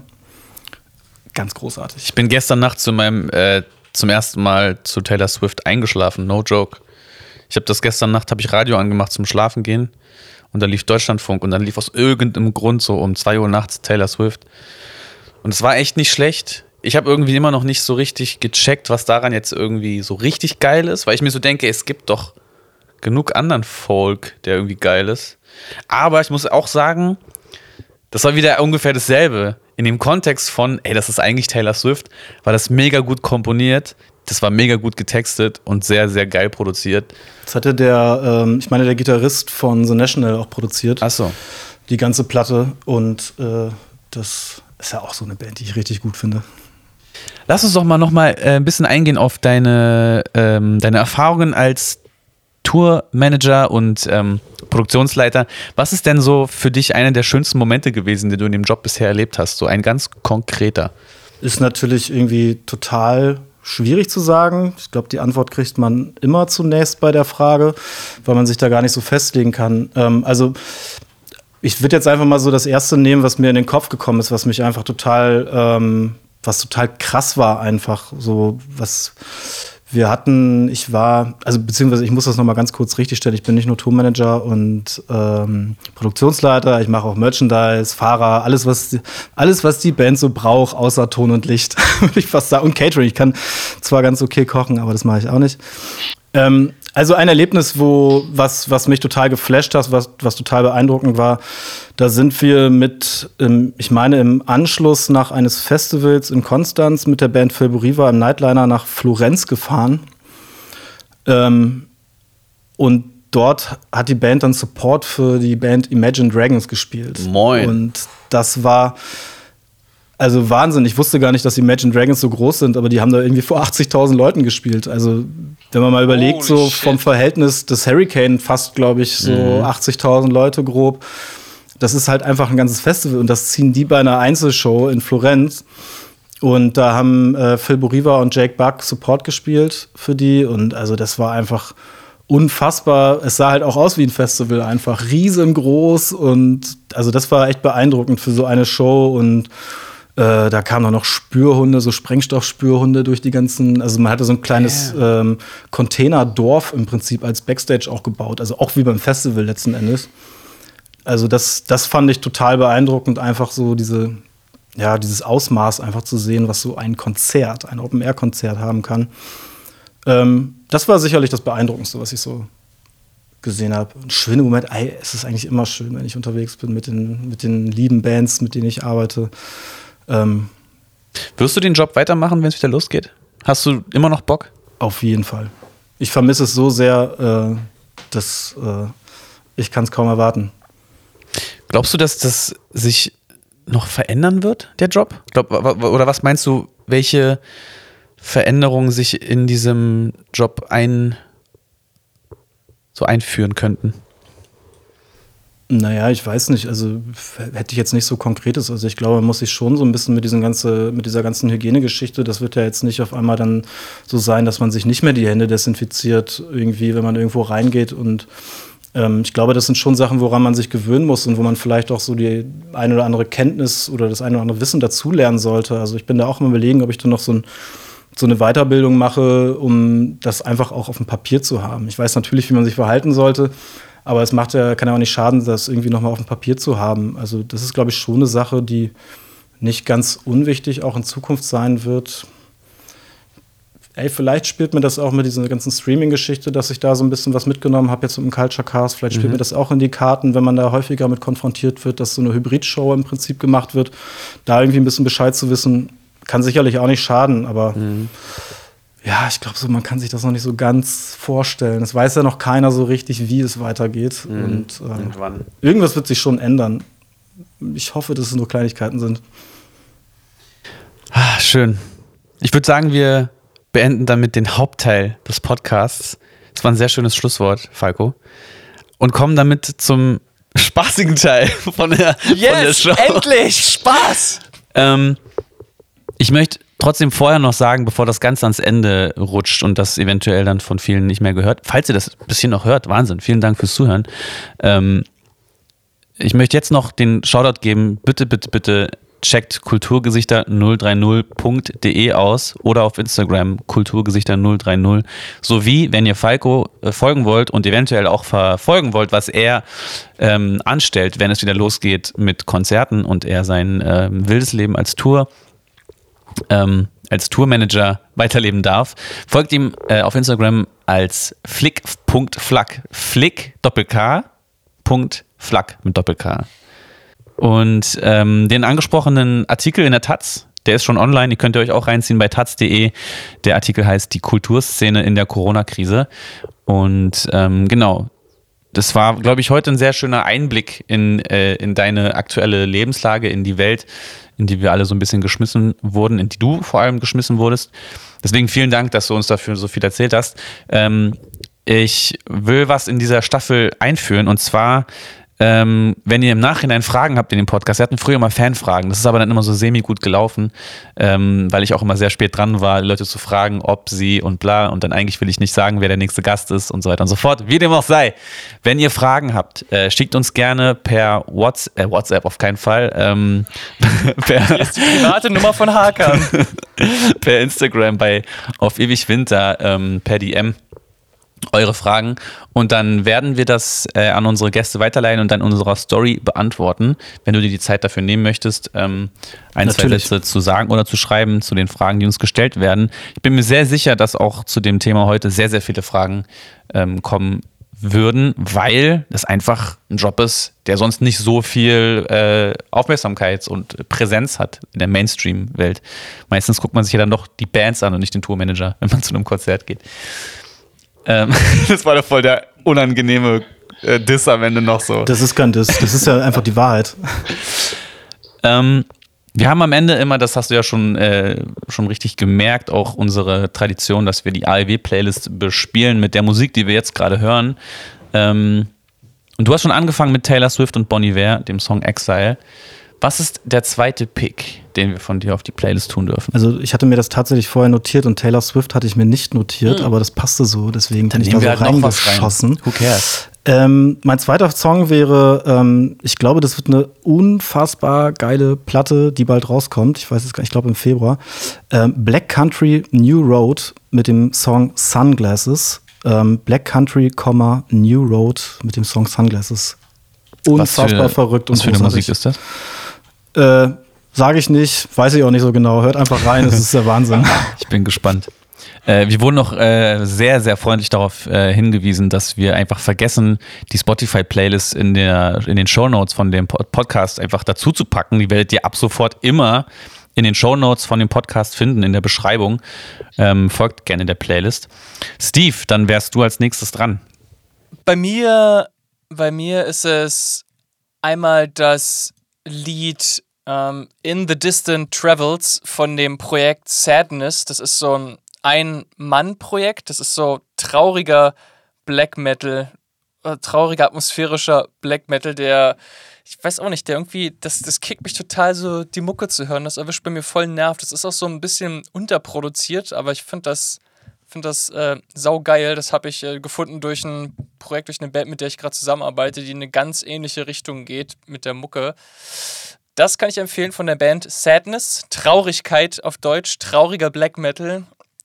Ganz großartig. Ich bin gestern Nacht zu meinem, äh, zum ersten Mal zu Taylor Swift eingeschlafen, no joke. Ich habe das gestern Nacht, habe ich Radio angemacht zum Schlafen gehen und da lief Deutschlandfunk und dann lief aus irgendeinem Grund so um zwei Uhr nachts Taylor Swift. Und es war echt nicht schlecht. Ich habe irgendwie immer noch nicht so richtig gecheckt, was daran jetzt irgendwie so richtig geil ist, weil ich mir so denke, es gibt doch genug anderen Folk, der irgendwie geil ist. Aber ich muss auch sagen, das war wieder ungefähr dasselbe. In dem Kontext von, ey, das ist eigentlich Taylor Swift, war das mega gut komponiert, das war mega gut getextet und sehr, sehr geil produziert. Das hatte der, ähm, ich meine, der Gitarrist von The National auch produziert. Ach so. Die ganze Platte. Und äh, das ist ja auch so eine Band, die ich richtig gut finde. Lass uns doch mal noch mal äh, ein bisschen eingehen auf deine, ähm, deine Erfahrungen als Tourmanager und ähm, Produktionsleiter. Was ist denn so für dich einer der schönsten Momente gewesen, die du in dem Job bisher erlebt hast? So ein ganz konkreter. Ist natürlich irgendwie total schwierig zu sagen. Ich glaube, die Antwort kriegt man immer zunächst bei der Frage, weil man sich da gar nicht so festlegen kann. Ähm, also ich würde jetzt einfach mal so das Erste nehmen, was mir in den Kopf gekommen ist, was mich einfach total, ähm, was total krass war einfach. So was wir hatten, ich war, also beziehungsweise ich muss das noch mal ganz kurz richtigstellen, ich bin nicht nur Tourmanager und ähm, Produktionsleiter, ich mache auch Merchandise, Fahrer, alles was, alles, was die Band so braucht, außer Ton und Licht, würde ich fast sagen. Und Catering, ich kann zwar ganz okay kochen, aber das mache ich auch nicht. Ähm, also ein Erlebnis, wo was, was mich total geflasht hat, was, was total beeindruckend war, da sind wir mit, ähm, ich meine, im Anschluss nach eines Festivals in Konstanz mit der Band Filburiva im Nightliner nach Florenz gefahren. Ähm, und dort hat die Band dann Support für die Band Imagine Dragons gespielt. Moin. Und das war also Wahnsinn. Ich wusste gar nicht, dass Imagine Dragons so groß sind, aber die haben da irgendwie vor achtzigtausend Leuten gespielt. Also wenn man mal überlegt, Holy so shit. vom Verhältnis des Hurricane fast, glaube ich, so Mhm. achtzigtausend Leute grob. Das ist halt einfach ein ganzes Festival und das ziehen die bei einer Einzelshow in Florenz. Und da haben äh, Filburiva und Jake Buck Support gespielt für die und also das war einfach unfassbar. Es sah halt auch aus wie ein Festival, einfach riesengroß und also das war echt beeindruckend für so eine Show und Äh, da kamen auch noch Spürhunde, so Sprengstoffspürhunde durch die ganzen, also man hatte so ein kleines Yeah. ähm, Containerdorf im Prinzip als Backstage auch gebaut, also auch wie beim Festival letzten Endes. Also das, das fand ich total beeindruckend, einfach so diese, ja, dieses Ausmaß einfach zu sehen, was so ein Konzert, ein Open-Air-Konzert haben kann. Ähm, das war sicherlich das Beeindruckendste, was ich so gesehen habe. Ein schöner Moment, ey, es ist eigentlich immer schön, wenn ich unterwegs bin mit den, mit den lieben Bands, mit denen ich arbeite. Ähm, Wirst du den Job weitermachen, wenn es wieder losgeht? Hast du immer noch Bock? Auf jeden Fall. Ich vermisse es so sehr, äh, dass äh, ich kann es kaum erwarten. Glaubst du, dass das sich noch verändern wird, der Job? Glaub, oder was meinst du, welche Veränderungen sich in diesem Job ein, so einführen könnten? Naja, ich weiß nicht, also hätte ich jetzt nicht so Konkretes. Also ich glaube, man muss sich schon so ein bisschen mit, diesen ganze, mit dieser ganzen Hygienegeschichte, das wird ja jetzt nicht auf einmal dann so sein, dass man sich nicht mehr die Hände desinfiziert, irgendwie, wenn man irgendwo reingeht. Und ähm, ich glaube, das sind schon Sachen, woran man sich gewöhnen muss und wo man vielleicht auch so die eine oder andere Kenntnis oder das eine oder andere Wissen dazulernen sollte. Also ich bin da auch mal überlegen, ob ich dann noch so, ein, so eine Weiterbildung mache, um das einfach auch auf dem Papier zu haben. Ich weiß natürlich, wie man sich verhalten sollte, aber es macht ja, kann ja auch nicht schaden, das irgendwie nochmal auf dem Papier zu haben. Also das ist, glaube ich, schon eine Sache, die nicht ganz unwichtig auch in Zukunft sein wird. Ey, vielleicht spielt mir das auch mit dieser ganzen Streaming-Geschichte, dass ich da so ein bisschen was mitgenommen habe jetzt mit dem Culture Cast. Vielleicht spielt mhm. mir das auch in die Karten, wenn man da häufiger mit konfrontiert wird, dass so eine Hybrid-Show im Prinzip gemacht wird. Da irgendwie ein bisschen Bescheid zu wissen, kann sicherlich auch nicht schaden, aber mhm. ja, ich glaube so, man kann sich das noch nicht so ganz vorstellen. Es weiß ja noch keiner so richtig, wie es weitergeht. Mhm. Und ähm, irgendwas wird sich schon ändern. Ich hoffe, dass es nur Kleinigkeiten sind. Ah, schön. Ich würde sagen, wir beenden damit den Hauptteil des Podcasts. Das war ein sehr schönes Schlusswort, Falco. Und kommen damit zum spaßigen Teil von der, yes, von der Show. Endlich! Spaß! ähm, ich möchte trotzdem vorher noch sagen, bevor das Ganze ans Ende rutscht und das eventuell dann von vielen nicht mehr gehört, falls ihr das bis hier noch hört, Wahnsinn, vielen Dank fürs Zuhören. Ähm, ich möchte jetzt noch den Shoutout geben, bitte, bitte, bitte checkt kulturgesichter null drei null punkt de aus oder auf Instagram kulturgesichter null drei null, sowie, wenn ihr Falco äh, folgen wollt und eventuell auch verfolgen wollt, was er ähm, anstellt, wenn es wieder losgeht mit Konzerten und er sein ähm, wildes Leben als Tour Ähm, als Tourmanager weiterleben darf, folgt ihm äh, auf Instagram als flick punkt flack. Flick, Doppel-K, Punkt, Flack mit Doppel-K. Und ähm, den angesprochenen Artikel in der Taz, der ist schon online, die könnt ihr euch auch reinziehen bei taz punkt de. Der Artikel heißt Die Kulturszene in der Corona-Krise. Und ähm, genau, das war, glaube ich, heute ein sehr schöner Einblick in, äh, in deine aktuelle Lebenslage, in die Welt, in die wir alle so ein bisschen geschmissen wurden, in die du vor allem geschmissen wurdest. Deswegen vielen Dank, dass du uns dafür so viel erzählt hast. Ähm, ich will was in dieser Staffel einführen, und zwar, ähm, wenn ihr im Nachhinein Fragen habt in dem Podcast. Wir hatten früher mal Fanfragen, das ist aber dann immer so semi-gut gelaufen, ähm, weil ich auch immer sehr spät dran war, Leute zu fragen, ob sie und bla, und dann eigentlich will ich nicht sagen, wer der nächste Gast ist und so weiter und so fort. Wie dem auch sei, wenn ihr Fragen habt, äh, schickt uns gerne per WhatsApp, äh, WhatsApp auf keinen Fall, ähm, per, Hier ist die private Nummer von Hakan. per Instagram bei auf ewig Winter, ähm, per D M eure Fragen, und dann werden wir das äh, an unsere Gäste weiterleiten und dann in unserer Story beantworten, wenn du dir die Zeit dafür nehmen möchtest, ähm, ein, Natürlich. zwei Sätze zu sagen oder zu schreiben zu den Fragen, die uns gestellt werden. Ich bin mir sehr sicher, dass auch zu dem Thema heute sehr, sehr viele Fragen ähm, kommen würden, weil das einfach ein Job ist, der sonst nicht so viel äh, Aufmerksamkeit und Präsenz hat in der Mainstream-Welt. Meistens guckt man sich ja dann doch die Bands an und nicht den Tourmanager, wenn man zu einem Konzert geht. Ähm, das war doch voll der unangenehme äh, Diss am Ende noch so. Das ist kein Diss, das ist ja einfach die Wahrheit. ähm, wir haben am Ende immer, das hast du ja schon, äh, schon richtig gemerkt, auch unsere Tradition, dass wir die A E W-Playlist bespielen mit der Musik, die wir jetzt gerade hören. Ähm, und du hast schon angefangen mit Taylor Swift und Bon Iver, dem Song Exile. Was ist der zweite Pick, den wir von dir auf die Playlist tun dürfen? Also ich hatte mir das tatsächlich vorher notiert und Taylor Swift hatte ich mir nicht notiert, mhm. aber das passte so, deswegen bin ich da so halt reingeschossen. Rein. Who cares? Ähm, mein zweiter Song wäre, ähm, ich glaube, das wird eine unfassbar geile Platte, die bald rauskommt. Ich weiß es gar nicht, ich glaube im Februar. Ähm, Black Country New Road mit dem Song Sunglasses. Ähm, Black Country, New Road mit dem Song Sunglasses. Unfassbar für, verrückt und was für eine Musik ist das? Äh, sage ich nicht, weiß ich auch nicht so genau. Hört einfach rein, das ist der Wahnsinn. Ich bin gespannt. Äh, wir wurden noch äh, sehr, sehr freundlich darauf äh, hingewiesen, dass wir einfach vergessen, die Spotify-Playlist in, der, in den Shownotes von dem Podcast einfach dazu zu packen. Die werdet ihr ab sofort immer in den Shownotes von dem Podcast finden, in der Beschreibung. Ähm, folgt gerne der Playlist. Steve, dann wärst du als nächstes dran. Bei mir, bei mir ist es einmal das Lied ähm, In the Distant Travels von dem Projekt Sadness. Das ist so ein Ein-Mann-Projekt. Das ist so trauriger Black Metal, äh, trauriger atmosphärischer Black Metal, der, ich weiß auch nicht, der irgendwie, das, das kickt mich total so, die Mucke zu hören. Das erwischt bei mir voll einen Nerv. Das ist auch so ein bisschen unterproduziert, aber ich finde das, find das äh, saugeil. Das habe ich äh, gefunden durch ein Projekt, durch eine Band, mit der ich gerade zusammenarbeite, die in eine ganz ähnliche Richtung geht mit der Mucke. Das kann ich empfehlen von der Band Sadness. Traurigkeit auf Deutsch, trauriger Black Metal.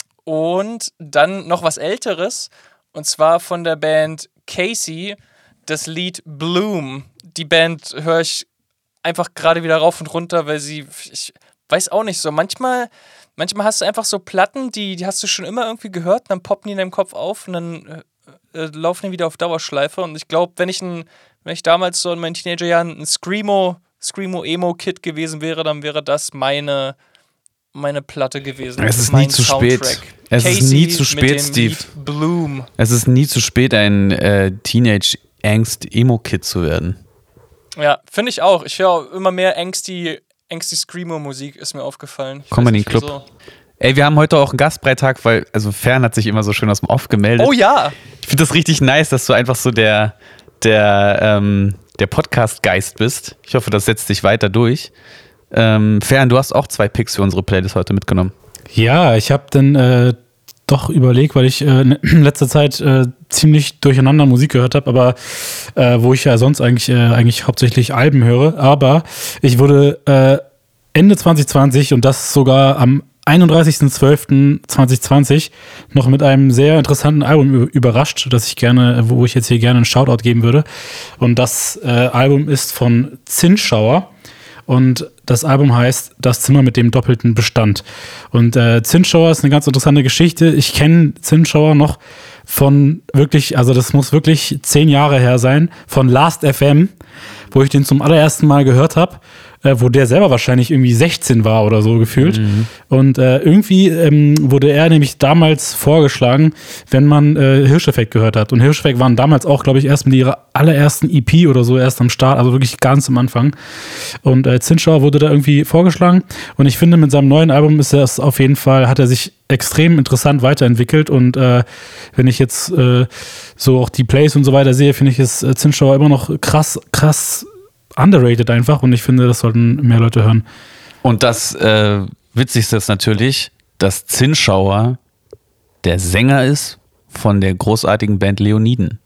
Und dann noch was Älteres, und zwar von der Band Casey, das Lied Bloom. Die Band höre ich einfach gerade wieder rauf und runter, weil sie, ich weiß auch nicht so, manchmal, manchmal hast du einfach so Platten, die, die hast du schon immer irgendwie gehört, und dann poppen die in deinem Kopf auf und dann äh, äh, laufen die wieder auf Dauerschleife. Und ich glaube, wenn ich ein, wenn ich damals so in meinen Teenagerjahren ein Screamo, Screamo-Emo-Kid gewesen wäre, dann wäre das meine, meine Platte gewesen. Es ist nie zu spät. Es ist nie zu spät, Steve. Bloom. Es ist nie zu spät, ein äh, Teenage-Angst-Emo-Kid zu werden. Ja, finde ich auch. Ich höre immer mehr angsty, angsty Screamo-Musik, ist mir aufgefallen. Ich Komm in den Club. wieso. Ey, wir haben heute auch einen Gastbreitag, weil, also Fern hat sich immer so schön aus dem Off gemeldet. Oh ja! Ich finde das richtig nice, dass du einfach so der, der, ähm, der Podcast-Geist bist. Ich hoffe, das setzt dich weiter durch. Ähm, Fern, du hast auch zwei Picks für unsere Playlist heute mitgenommen. Ja, ich habe dann äh, doch überlegt, weil ich äh, in letzter Zeit äh, ziemlich durcheinander Musik gehört habe, aber äh, wo ich ja sonst eigentlich, äh, eigentlich hauptsächlich Alben höre. Aber ich wurde äh, Ende zwanzig zwanzig und das sogar am einunddreißigsten zwölften zweitausendzwanzig noch mit einem sehr interessanten Album überrascht, das ich gerne, wo ich jetzt hier gerne einen Shoutout geben würde. Und das äh, Album ist von Zinnschauer. Und das Album heißt Das Zimmer mit dem doppelten Bestand. Und äh, Zinnschauer ist eine ganz interessante Geschichte. Ich kenne Zinnschauer noch von wirklich, also das muss wirklich zehn Jahre her sein, von Last F M, wo ich den zum allerersten Mal gehört habe, äh, wo der selber wahrscheinlich irgendwie sechzehn war oder so gefühlt. Mhm. Und äh, irgendwie ähm, wurde er nämlich damals vorgeschlagen, wenn man äh, Hirscheffekt gehört hat. Und Hirscheffekt waren damals auch, glaube ich, erst mit ihrer allerersten E P oder so erst am Start, also wirklich ganz am Anfang. Und äh, Zinnschauer wurde da irgendwie vorgeschlagen. Und ich finde, mit seinem neuen Album ist er es auf jeden Fall, hat er sich extrem interessant weiterentwickelt. Und äh, wenn ich jetzt äh, so auch die Plays und so weiter sehe, finde ich, ist äh, Zinnschauer immer noch krass, krass underrated einfach. Und ich finde, das sollten mehr Leute hören. Und das äh, Witzigste ist natürlich, dass Zinnschauer der Sänger ist von der großartigen Band Leoniden.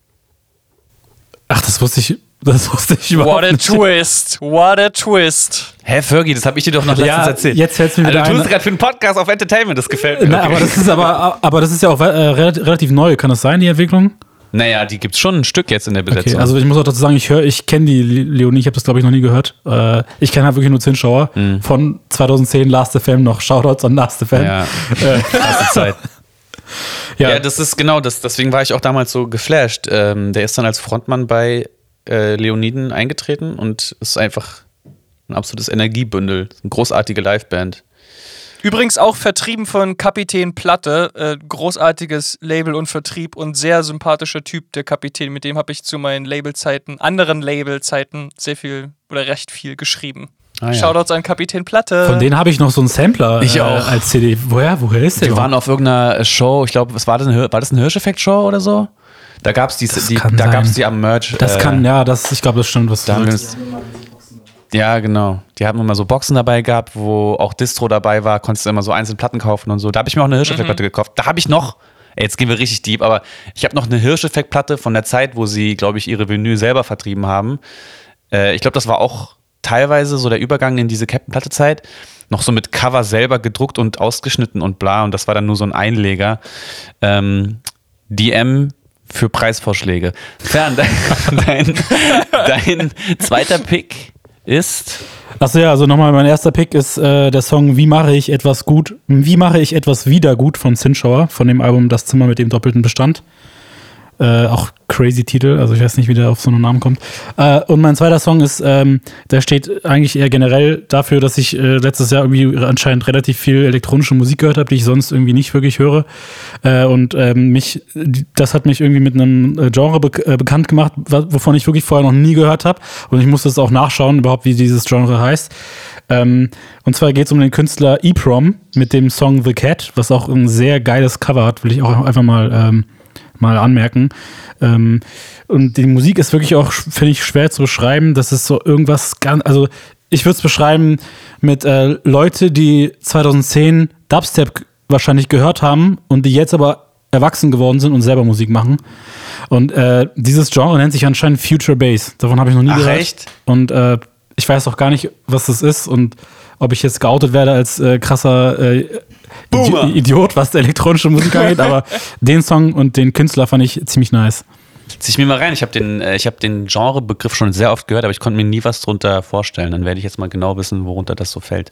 Ach, das wusste ich, das wusste ich überhaupt What a nicht. twist, what a twist. Hä, Fergie, das habe ich dir doch noch letztens Ja, erzählt. jetzt fällt's mir wieder also, du tust ein. gerade für einen Podcast auf Entertainment, das gefällt mir. Na, Okay. aber das ist aber, aber das ist ja auch äh, relativ, relativ neu. Kann das sein, die Entwicklung? Naja, die gibt's schon ein Stück jetzt in der Besetzung. Okay, also ich muss auch dazu sagen, ich höre, ich kenne die Le- Leonie, ich habe das glaube ich noch nie gehört. Äh, ich kenne halt wirklich nur Zinnschauer. Mhm. Von zweitausendzehn Last F M noch. Shoutouts an Last F M. ja, Äh, krasse Zeit. ja, Ja, das ist genau, das, deswegen war ich auch damals so geflasht. Ähm, der ist dann als Frontmann bei äh, Leoniden eingetreten und ist einfach ein absolutes Energiebündel. Eine großartige Liveband. Übrigens auch vertrieben von Kapitän Platte, äh, großartiges Label und Vertrieb und sehr sympathischer Typ, der Kapitän. Mit dem habe ich zu meinen Labelzeiten, anderen Labelzeiten sehr viel oder recht viel geschrieben. Ah, ja. Shoutouts an Kapitän Platte. von denen habe ich noch so einen Sampler Ich äh, auch. als C D. Woher, woher ist der? Wir waren auf irgendeiner Show, ich glaube, was war das, eine, Hir- war das eine Hirscheffekt-Show oder so? Da gab's die, Das die kann da sein. gab's die am Merch. das äh, kann, ja, das, ich glaube, das stimmt, was Da du haben wir sagst. uns, ja, genau. Die haben immer so Boxen dabei gehabt, wo auch Distro dabei war, konntest du immer so einzelne Platten kaufen und so. Da habe ich mir auch eine Hirscheffekt-Platte gekauft. Da habe ich noch, ey, jetzt gehen wir richtig deep, aber ich habe noch eine Hirscheffekt-Platte von der Zeit, wo sie, glaube ich, ihre Vinyl selber vertrieben haben. Äh, ich glaube, das war auch teilweise so der Übergang in diese Captain-Platte-Zeit. Noch so mit Cover selber gedruckt und ausgeschnitten und bla. Und das war dann nur so ein Einleger. Ähm, D M für Preisvorschläge. Fern, dein, dein, dein zweiter Pick ist... Achso, ja, also nochmal, mein erster Pick ist äh, der Song Wie mache ich etwas gut, wie mache ich etwas wieder gut von Zinschauer, von dem Album Das Zimmer mit dem doppelten Bestand. Äh, auch crazy Titel, also ich weiß nicht, wie der auf so einen Namen kommt. Äh, und mein zweiter Song ist, ähm, der steht eigentlich eher generell dafür, dass ich äh, letztes Jahr irgendwie anscheinend relativ viel elektronische Musik gehört habe, die ich sonst irgendwie nicht wirklich höre. Äh, und ähm, mich, das hat mich irgendwie mit einem Genre be- äh, bekannt gemacht, wovon ich wirklich vorher noch nie gehört habe. Und ich musste es auch nachschauen, überhaupt, wie dieses Genre heißt. Ähm, und zwar geht es um den Künstler E-Prom mit dem Song The Cat, was auch ein sehr geiles Cover hat, will ich auch einfach mal ähm, mal anmerken. Ähm, und die Musik ist wirklich auch, finde ich, schwer zu beschreiben. Das ist so irgendwas ganz, also ich würde es beschreiben mit äh, Leute, die zwanzig zehn Dubstep wahrscheinlich gehört haben und die jetzt aber erwachsen geworden sind und selber Musik machen. Und äh, dieses Genre nennt sich anscheinend Future Bass. Davon habe ich noch nie Ach, gehört. echt? Und äh, ich weiß auch gar nicht, was das ist und ob ich jetzt geoutet werde als äh, krasser äh, Idi- Idiot, was elektronische Musik angeht, aber den Song und den Künstler fand ich ziemlich nice. Zieh ich mir mal rein. Ich habe den, äh, ich hab den Genrebegriff schon sehr oft gehört, aber ich konnte mir nie was drunter vorstellen. Dann werde ich jetzt mal genau wissen, worunter das so fällt.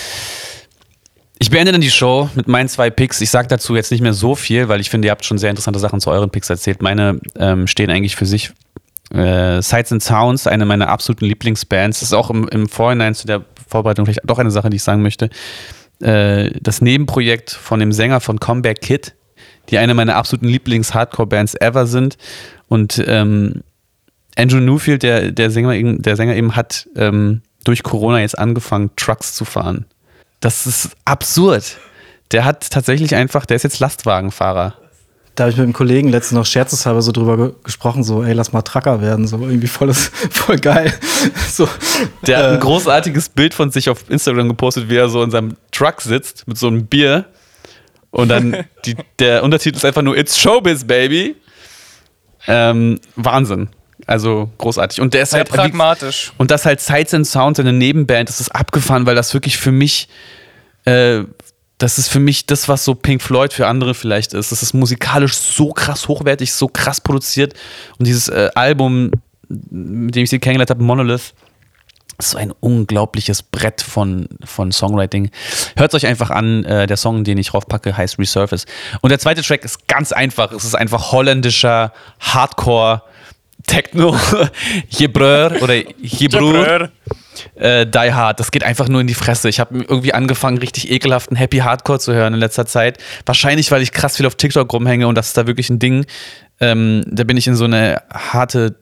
Ich beende dann die Show mit meinen zwei Picks. Ich sage dazu jetzt nicht mehr so viel, weil ich finde, ihr habt schon sehr interessante Sachen zu euren Picks erzählt. Meine ähm, stehen eigentlich für sich. Äh, Sights and Sounds, eine meiner absoluten Lieblingsbands. Das ist auch im, im Vorhinein zu der Vorbereitung vielleicht doch eine Sache, die ich sagen möchte. Äh, das Nebenprojekt von dem Sänger von Comeback Kid, die eine meiner absoluten Lieblings-Hardcore-Bands ever sind. Und ähm, Andrew Newfield, der, der, Sänger, der Sänger eben, hat ähm, durch Corona jetzt angefangen, Trucks zu fahren. Das ist absurd. Der hat tatsächlich einfach, der ist jetzt Lastwagenfahrer. Da habe ich mit einem Kollegen letztens noch scherzeshalber so drüber ge- gesprochen, so, ey, lass mal Trucker werden, so irgendwie voll, voll geil. So, Der hat äh, ein großartiges Bild von sich auf Instagram gepostet, wie er so in seinem Truck sitzt mit so einem Bier. Und dann die, der Untertitel ist einfach nur It's Showbiz, Baby. Ähm, Wahnsinn. Also großartig. Und der ist Sehr halt pragmatisch. Und das halt Sights and Sounds, eine Nebenband, das ist abgefahren, weil das wirklich für mich, äh, das ist für mich das, was so Pink Floyd für andere vielleicht ist. Das ist musikalisch so krass hochwertig, so krass produziert. Und dieses äh, Album, mit dem ich sie kennengelernt habe, Monolith, ist so ein unglaubliches Brett von, von Songwriting. Hört es euch einfach an. Äh, der Song, den ich raufpacke, heißt Resurface. Und der zweite Track ist ganz einfach. Es ist einfach holländischer Hardcore Techno, Jebreur oder Jebrur, äh, Die Hard. Das geht einfach nur in die Fresse. Ich habe irgendwie angefangen, richtig ekelhaften Happy Hardcore zu hören in letzter Zeit. Wahrscheinlich, weil ich krass viel auf TikTok rumhänge und das ist da wirklich ein Ding. Ähm, da bin ich in so eine harte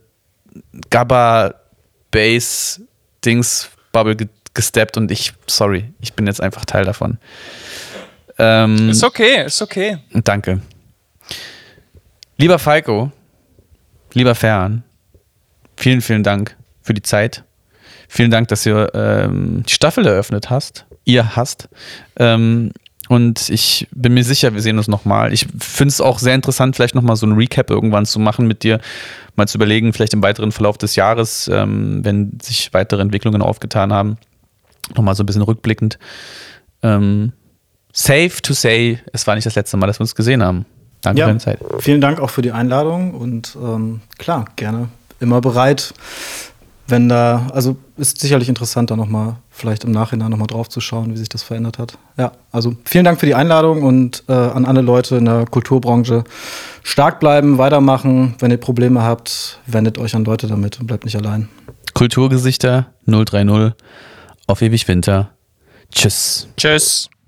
Gabba-Bass-Dings-Bubble ge- gesteppt und ich, sorry, ich bin jetzt einfach Teil davon. Ähm, Ist okay, ist okay. Danke. Lieber Falco, lieber Ferhan, vielen, vielen Dank für die Zeit. Vielen Dank, dass ihr ähm, die Staffel eröffnet hast. Ihr hast. Ähm, und ich bin mir sicher, wir sehen uns nochmal. Ich finde es auch sehr interessant, vielleicht nochmal so ein Recap irgendwann zu machen mit dir. Mal zu überlegen, vielleicht im weiteren Verlauf des Jahres, ähm, wenn sich weitere Entwicklungen aufgetan haben. Nochmal so ein bisschen rückblickend. Ähm, safe to say, es war nicht das letzte Mal, dass wir uns gesehen haben. Danke ja, für deine Zeit. Vielen Dank auch für die Einladung und ähm, klar, gerne immer bereit, wenn da, also ist sicherlich interessant, da nochmal vielleicht im Nachhinein nochmal drauf zu schauen, wie sich das verändert hat. Ja, also vielen Dank für die Einladung und äh, an alle Leute in der Kulturbranche. Stark bleiben, weitermachen. Wenn ihr Probleme habt, wendet euch an Leute damit und bleibt nicht allein. Kulturgesichter null drei null auf ewig Winter. Tschüss. Tschüss.